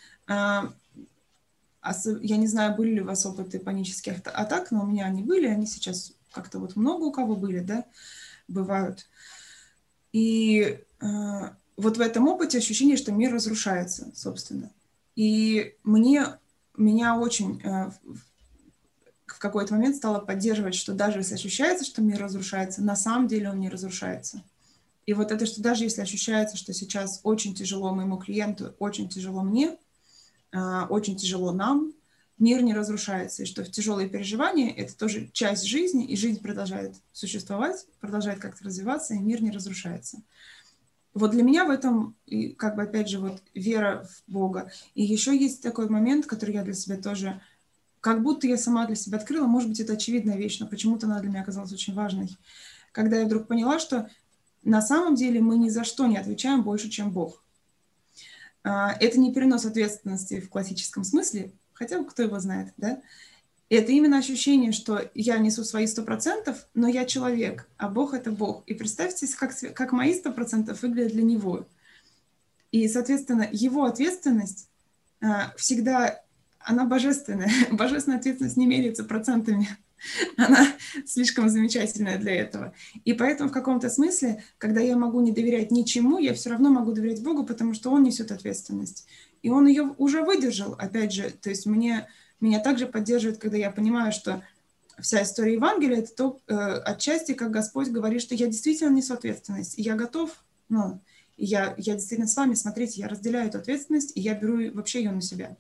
Я не знаю, были ли у вас опыты панических атак, но у меня они были, они сейчас как-то вот много у кого были, да, бывают. И вот в этом опыте ощущение, что мир разрушается, собственно. И меня очень в какой-то момент стало поддерживать, что даже если ощущается, что мир разрушается, на самом деле он не разрушается. И вот это, что даже если ощущается, что сейчас очень тяжело моему клиенту, очень тяжело мне, очень тяжело нам, мир не разрушается, и что в тяжелые переживания — это тоже часть жизни, и жизнь продолжает существовать, продолжает как-то развиваться, и мир не разрушается. Вот для меня в этом, как бы опять же, вот вера в Бога. И еще есть такой момент, который я для себя тоже, как будто я сама для себя открыла, может быть, это очевидная вещь, но почему-то она для меня оказалась очень важной. Когда я вдруг поняла, что на самом деле мы ни за что не отвечаем больше, чем Бог. Это не перенос ответственности в классическом смысле, хотя кто его знает, да? Это именно ощущение, что я несу свои 100%, но я человек, а Бог — это Бог. И представьте, как мои 100% выглядят для Него. И, соответственно, Его ответственность всегда, она божественная. Божественная ответственность не меряется процентами. Она слишком замечательная для этого. И поэтому в каком-то смысле, когда я могу не доверять ничему, я все равно могу доверять Богу, потому что Он несет ответственность. И Он ее уже выдержал, опять же. То есть меня также поддерживает, когда я понимаю, что вся история Евангелия — это то, отчасти, как Господь говорит, что я действительно несу ответственность, и я готов, я действительно с вами, смотрите, я разделяю эту ответственность, и я беру вообще ее на себя.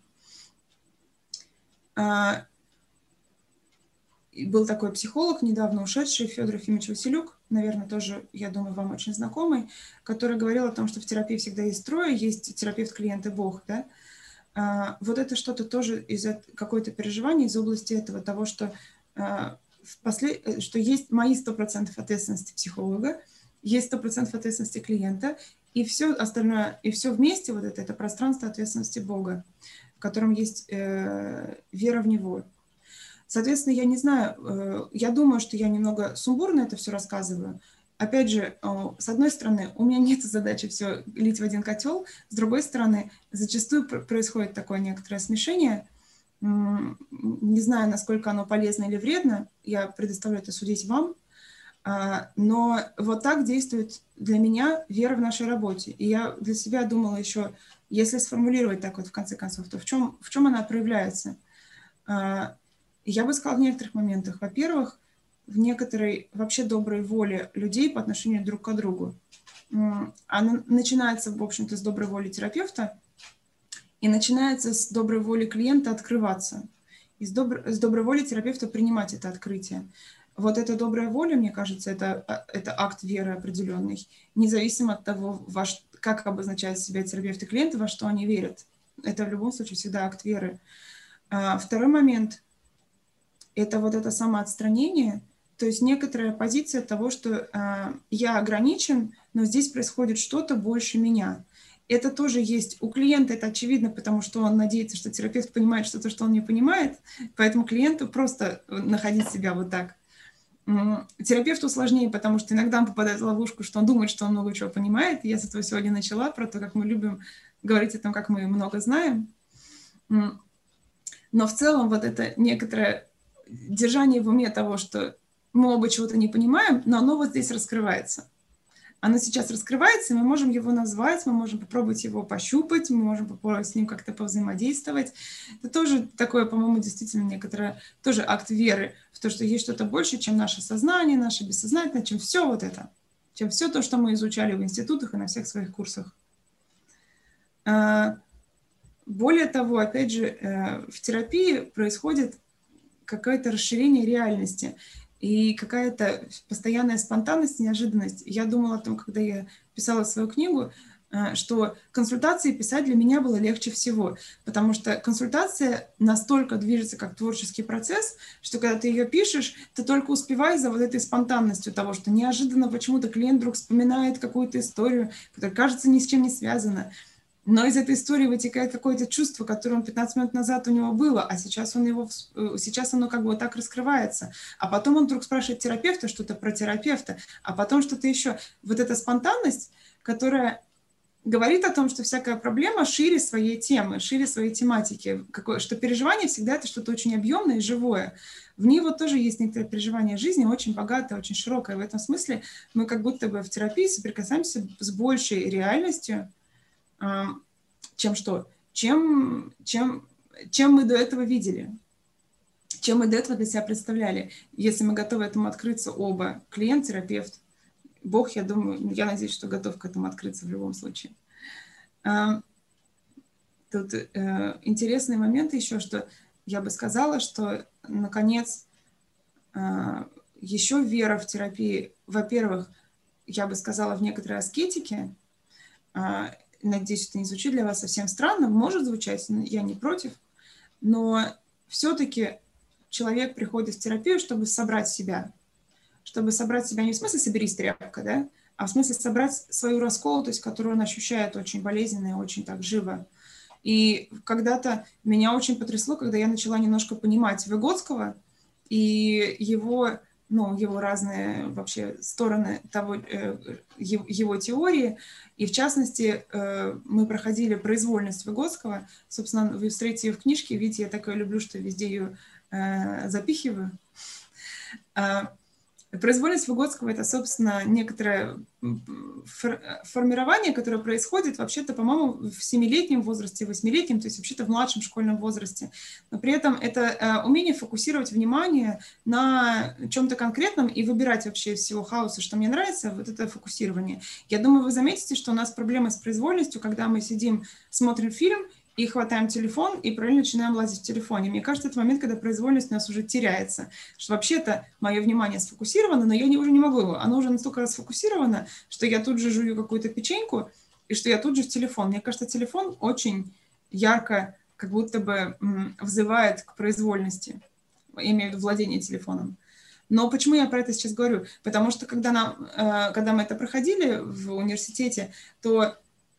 Был такой психолог, недавно ушедший, Федор Ефимович Василюк, наверное, тоже, я думаю, вам очень знакомый, который говорил о том, что в терапии всегда есть трое, есть терапевт, клиент и Бог, да. Вот это что-то тоже из какое-то переживание из области этого, того, что есть мои 100% ответственности психолога, есть 100% ответственности клиента, и все остальное, и все вместе, вот это пространство ответственности Бога, в котором есть вера в Него. Соответственно, я не знаю, я думаю, что я немного сумбурно это все рассказываю. Опять же, с одной стороны, у меня нет задачи все лить в один котел, с другой стороны, зачастую происходит такое некоторое смешение. Не знаю, насколько оно полезно или вредно, я предоставляю это судить вам, но вот так действует для меня вера в нашей работе. И я для себя думала еще, если сформулировать так вот в конце концов, то в чем она проявляется? Я бы сказала в некоторых моментах. Во-первых, в некоторой вообще доброй воле людей по отношению друг к другу. Она начинается, в общем-то, с доброй воли терапевта и начинается с доброй воли клиента открываться. И с доброй воли терапевта принимать это открытие. Вот эта добрая воля, мне кажется, это акт веры определенный, независимо от того, как обозначают себя терапевт и клиент, во что они верят. Это в любом случае всегда акт веры. Второй момент – это вот это самоотстранение, то есть некоторая позиция того, что я ограничен, но здесь происходит что-то больше меня. Это тоже есть у клиента, это очевидно, потому что он надеется, что терапевт понимает что-то, что он не понимает, поэтому клиенту просто находить себя вот так. Терапевту сложнее, потому что иногда он попадает в ловушку, что он думает, что он много чего понимает. Я с этого сегодня начала, про то, как мы любим говорить о том, как мы много знаем. Но в целом вот это некоторое держание в уме того, что мы оба чего-то не понимаем, но оно вот здесь раскрывается. оно сейчас раскрывается, и мы можем его назвать, мы можем попробовать его пощупать, мы можем попробовать с ним как-то повзаимодействовать. Это тоже такое, по-моему, действительно некоторое тоже акт веры в то, что есть что-то больше, чем наше сознание, наше бессознательное, чем все вот это, чем все то, что мы изучали в институтах и на всех своих курсах. Более того, опять же, в терапии происходит какое-то расширение реальности и какая-то постоянная спонтанность, неожиданность. Я думала о том, когда я писала свою книгу, что консультации писать для меня было легче всего, потому что консультация настолько движется как творческий процесс, что когда ты ее пишешь, ты только успеваешь за вот этой спонтанностью того, что неожиданно почему-то клиент вдруг вспоминает какую-то историю, которая, кажется, ни с чем не связана. Но из этой истории вытекает какое-то чувство, которое 15 минут назад у него было, а сейчас оно как бы вот так раскрывается. А потом он вдруг спрашивает терапевта что-то про терапевта, а потом что-то еще. Вот эта спонтанность, которая говорит о том, что всякая проблема шире своей темы, шире своей тематики, что переживание всегда это что-то очень объемное и живое. В ней вот тоже есть некоторое переживание жизни, очень богатое, очень широкое. В этом смысле мы как будто бы в терапии соприкасаемся с большей реальностью, чем что? Чем мы до этого видели, чем мы до этого для себя представляли. Если мы готовы этому открыться оба, клиент, терапевт, Бог, я думаю, я надеюсь, что готов к этому открыться в любом случае. Тут интересный момент еще, что я бы сказала, что, наконец, еще вера в терапии, во-первых, я бы сказала, в некоторой аскетике. Надеюсь, это не звучит для вас совсем странно, может звучать, я не против, но все-таки человек приходит в терапию, чтобы собрать себя не в смысле «соберись, тряпка», да, а в смысле собрать свою расколотость, которую он ощущает очень болезненно и очень так живо. И когда-то меня очень потрясло, когда я начала немножко понимать Выготского и его разные вообще стороны его теории. И в частности, мы проходили произвольность Выготского. Собственно, вы встретите ее в книжке. Видите, я такое люблю, что везде ее запихиваю. Произвольность Выготского – это, собственно, некоторое формирование, которое происходит вообще-то, по-моему, в 7-летнем возрасте, 8-летнем, то есть вообще-то в младшем школьном возрасте. Но при этом это умение фокусировать внимание на чем-то конкретном и выбирать вообще из всего хаоса, что мне нравится, вот это фокусирование. Я думаю, вы заметите, что у нас проблемы с произвольностью, когда мы сидим, смотрим фильм, и хватаем телефон, и параллельно начинаем лазить в телефоне. Мне кажется, это момент, когда произвольность у нас уже теряется. Что вообще-то мое внимание сфокусировано, но я уже не могу его. Оно уже настолько расфокусировано, что я тут же жую какую-то печеньку, и что я тут же в телефон. Мне кажется, телефон очень ярко как будто бы взывает к произвольности. Я имею в виду владение телефоном. Но почему я про это сейчас говорю? Потому что когда мы это проходили в университете, то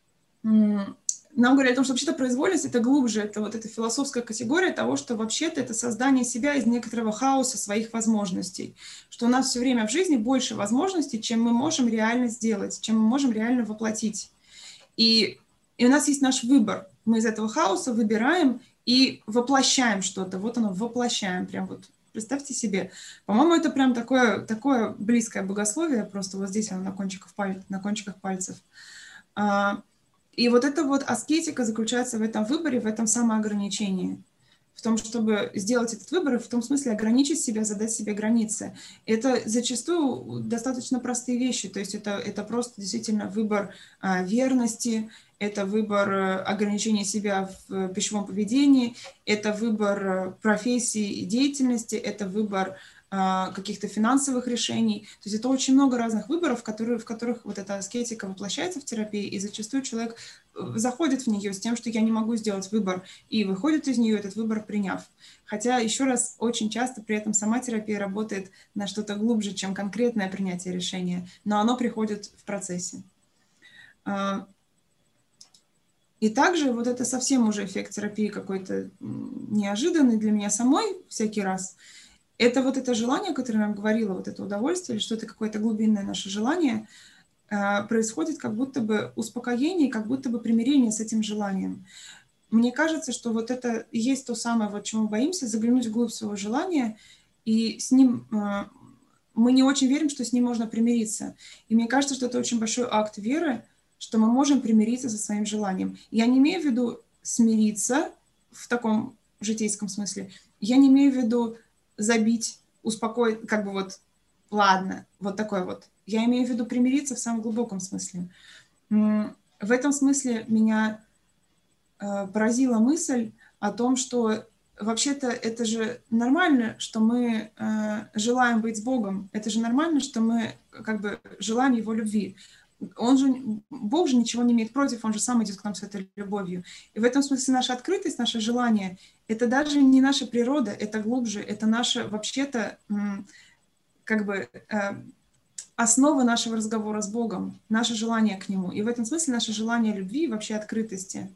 нам говорили о том, что вообще-то произвольность – это глубже, это вот эта философская категория того, что вообще-то это создание себя из некоторого хаоса своих возможностей, что у нас все время в жизни больше возможностей, чем мы можем реально сделать, чем мы можем реально воплотить. И у нас есть наш выбор. Мы из этого хаоса выбираем и воплощаем что-то. Вот оно, воплощаем. Прям вот представьте себе. По-моему, это прям такое близкое богословие, просто вот здесь оно на кончиках пальцев. И вот эта вот аскетика заключается в этом выборе, в этом самоограничении. В том, чтобы сделать этот выбор, в том смысле ограничить себя, задать себе границы. Это зачастую достаточно простые вещи. То есть это просто действительно выбор верности, это выбор ограничения себя в пищевом поведении, это выбор профессии и деятельности, это выбор каких-то финансовых решений. То есть это очень много разных выборов, в которых вот эта аскетика воплощается в терапии, и зачастую человек заходит в нее с тем, что я не могу сделать выбор, и выходит из нее этот выбор, приняв. Хотя, еще раз, очень часто при этом сама терапия работает на что-то глубже, чем конкретное принятие решения, но оно приходит в процессе. И также вот это совсем уже эффект терапии какой-то неожиданный для меня самой всякий раз. Это вот это желание, о котором я вам говорила, вот это удовольствие, или что-то какое-то глубинное наше желание, происходит как будто бы успокоение, как будто бы примирение с этим желанием. Мне кажется, что вот это и есть то самое, вот чему мы боимся, заглянуть вглубь своего желания и с ним мы не очень верим, что с ним можно примириться. И мне кажется, что это очень большой акт веры, что мы можем примириться со своим желанием. Я не имею в виду смириться в таком житейском смысле. Я не имею в виду забить, успокоить, как бы вот, ладно, вот такой вот. Я имею в виду примириться в самом глубоком смысле. В этом смысле меня поразила мысль о том, что вообще-то это же нормально, что мы желаем быть с Богом. Это же нормально, что мы как бы желаем Его любви. Бог же ничего не имеет против, Он же сам идет к нам с этой любовью. И в этом смысле наша открытость, наше желание, это даже не наша природа, это глубже, это наше вообще-то как бы основа нашего разговора с Богом, наше желание к Нему. И в этом смысле наше желание любви и вообще открытости.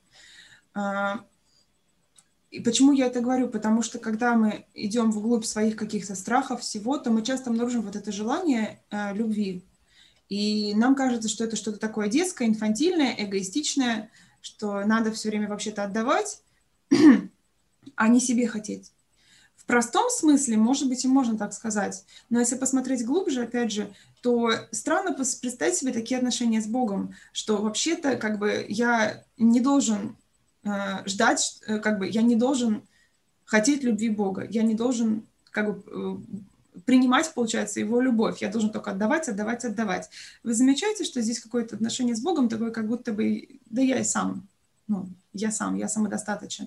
И почему я это говорю? Потому что когда мы идем вглубь своих каких-то страхов, всего, то мы часто обнаружим вот это желание любви. И нам кажется, что это что-то такое детское, инфантильное, эгоистичное, что надо все время вообще-то отдавать, а не себе хотеть. В простом смысле, может быть, и можно так сказать. Но если посмотреть глубже, опять же, то странно представить себе такие отношения с Богом, что вообще-то как бы я не должен ждать, как бы я не должен хотеть любви Бога, я не должен как бы принимать, получается, Его любовь, я должен только отдавать, отдавать, отдавать. Вы замечаете, что здесь какое-то отношение с Богом такое, как будто бы, да я и сам, я самодостаточен.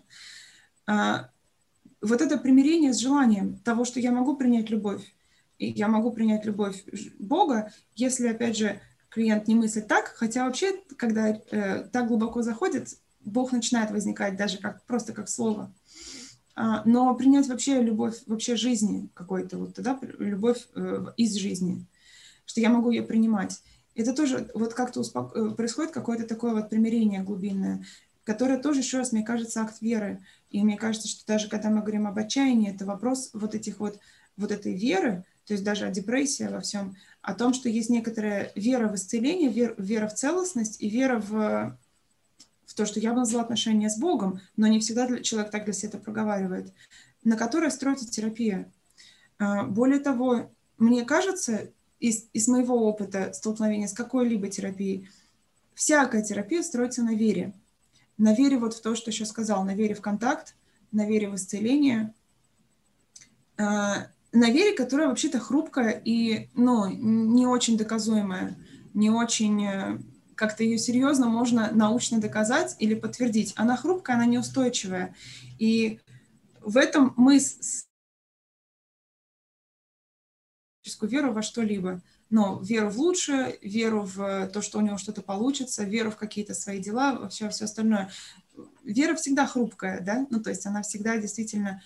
Вот это примирение с желанием того, что я могу принять любовь, и я могу принять любовь Бога, если, опять же, клиент не мыслит так, хотя вообще, когда так глубоко заходит, Бог начинает возникать даже просто как слово. Но принять вообще любовь вообще жизни какой-то, вот тогда любовь из жизни, что я могу ее принимать. Это тоже вот как-то происходит какое-то такое вот примирение глубинное, которое тоже, еще раз, мне кажется, акт веры. И мне кажется, что даже когда мы говорим об отчаянии, это вопрос вот этой веры, то есть даже о депрессии, во всем, о том, что есть некоторая вера в исцеление, вера в целостность и вера в то, что я бы назвала отношения с Богом, но не всегда человек так для себя это проговаривает, на которой строится терапия. Более того, мне кажется, из моего опыта столкновения с какой-либо терапией, всякая терапия строится на вере. На вере вот в то, что еще сказал, на вере в контакт, на вере в исцеление, на вере, которая вообще-то хрупкая и не очень доказуемая, не очень... как-то ее серьезно можно научно доказать или подтвердить. Она хрупкая, она неустойчивая. И в этом мы веру во что-либо. Но веру в лучшее, веру в то, что у него что-то получится, веру в какие-то свои дела, вообще все остальное. Вера всегда хрупкая, да? То есть она всегда действительно...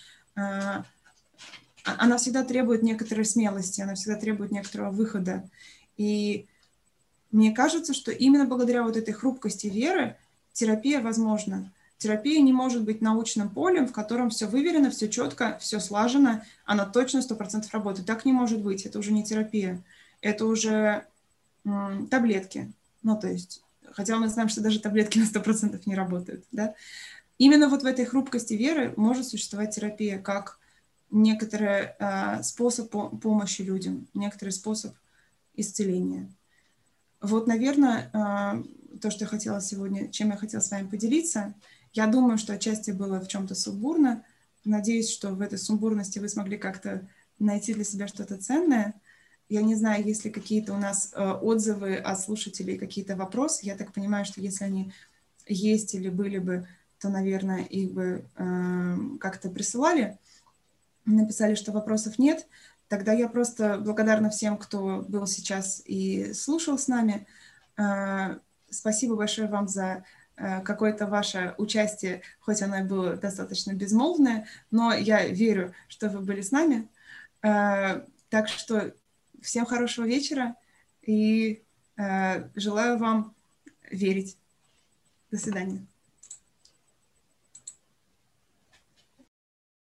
Она всегда требует некоторой смелости, она всегда требует некоторого выхода. И мне кажется, что именно благодаря вот этой хрупкости веры терапия возможна. Терапия не может быть научным полем, в котором все выверено, все четко, все слажено, она точно 100% работает. Так не может быть, это уже не терапия, это уже таблетки. То есть, хотя мы знаем, что даже таблетки на 100% не работают. Да? Именно вот в этой хрупкости веры может существовать терапия, как некоторый способ помощи людям, некоторый способ исцеления. Вот, наверное, то, что я хотела сегодня, чем я хотела с вами поделиться. Я думаю, что отчасти было в чем-то сумбурно. Надеюсь, что в этой сумбурности вы смогли как-то найти для себя что-то ценное. Я не знаю, есть ли какие-то у нас отзывы от слушателей, какие-то вопросы. Я так понимаю, что если они есть или были бы, то, наверное, их бы как-то присылали. Написали, что вопросов нет. Тогда я просто благодарна всем, кто был сейчас и слушал с нами. Спасибо большое вам за какое-то ваше участие, хоть оно и было достаточно безмолвное, но я верю, что вы были с нами. Так что всем хорошего вечера и желаю вам верить. До свидания.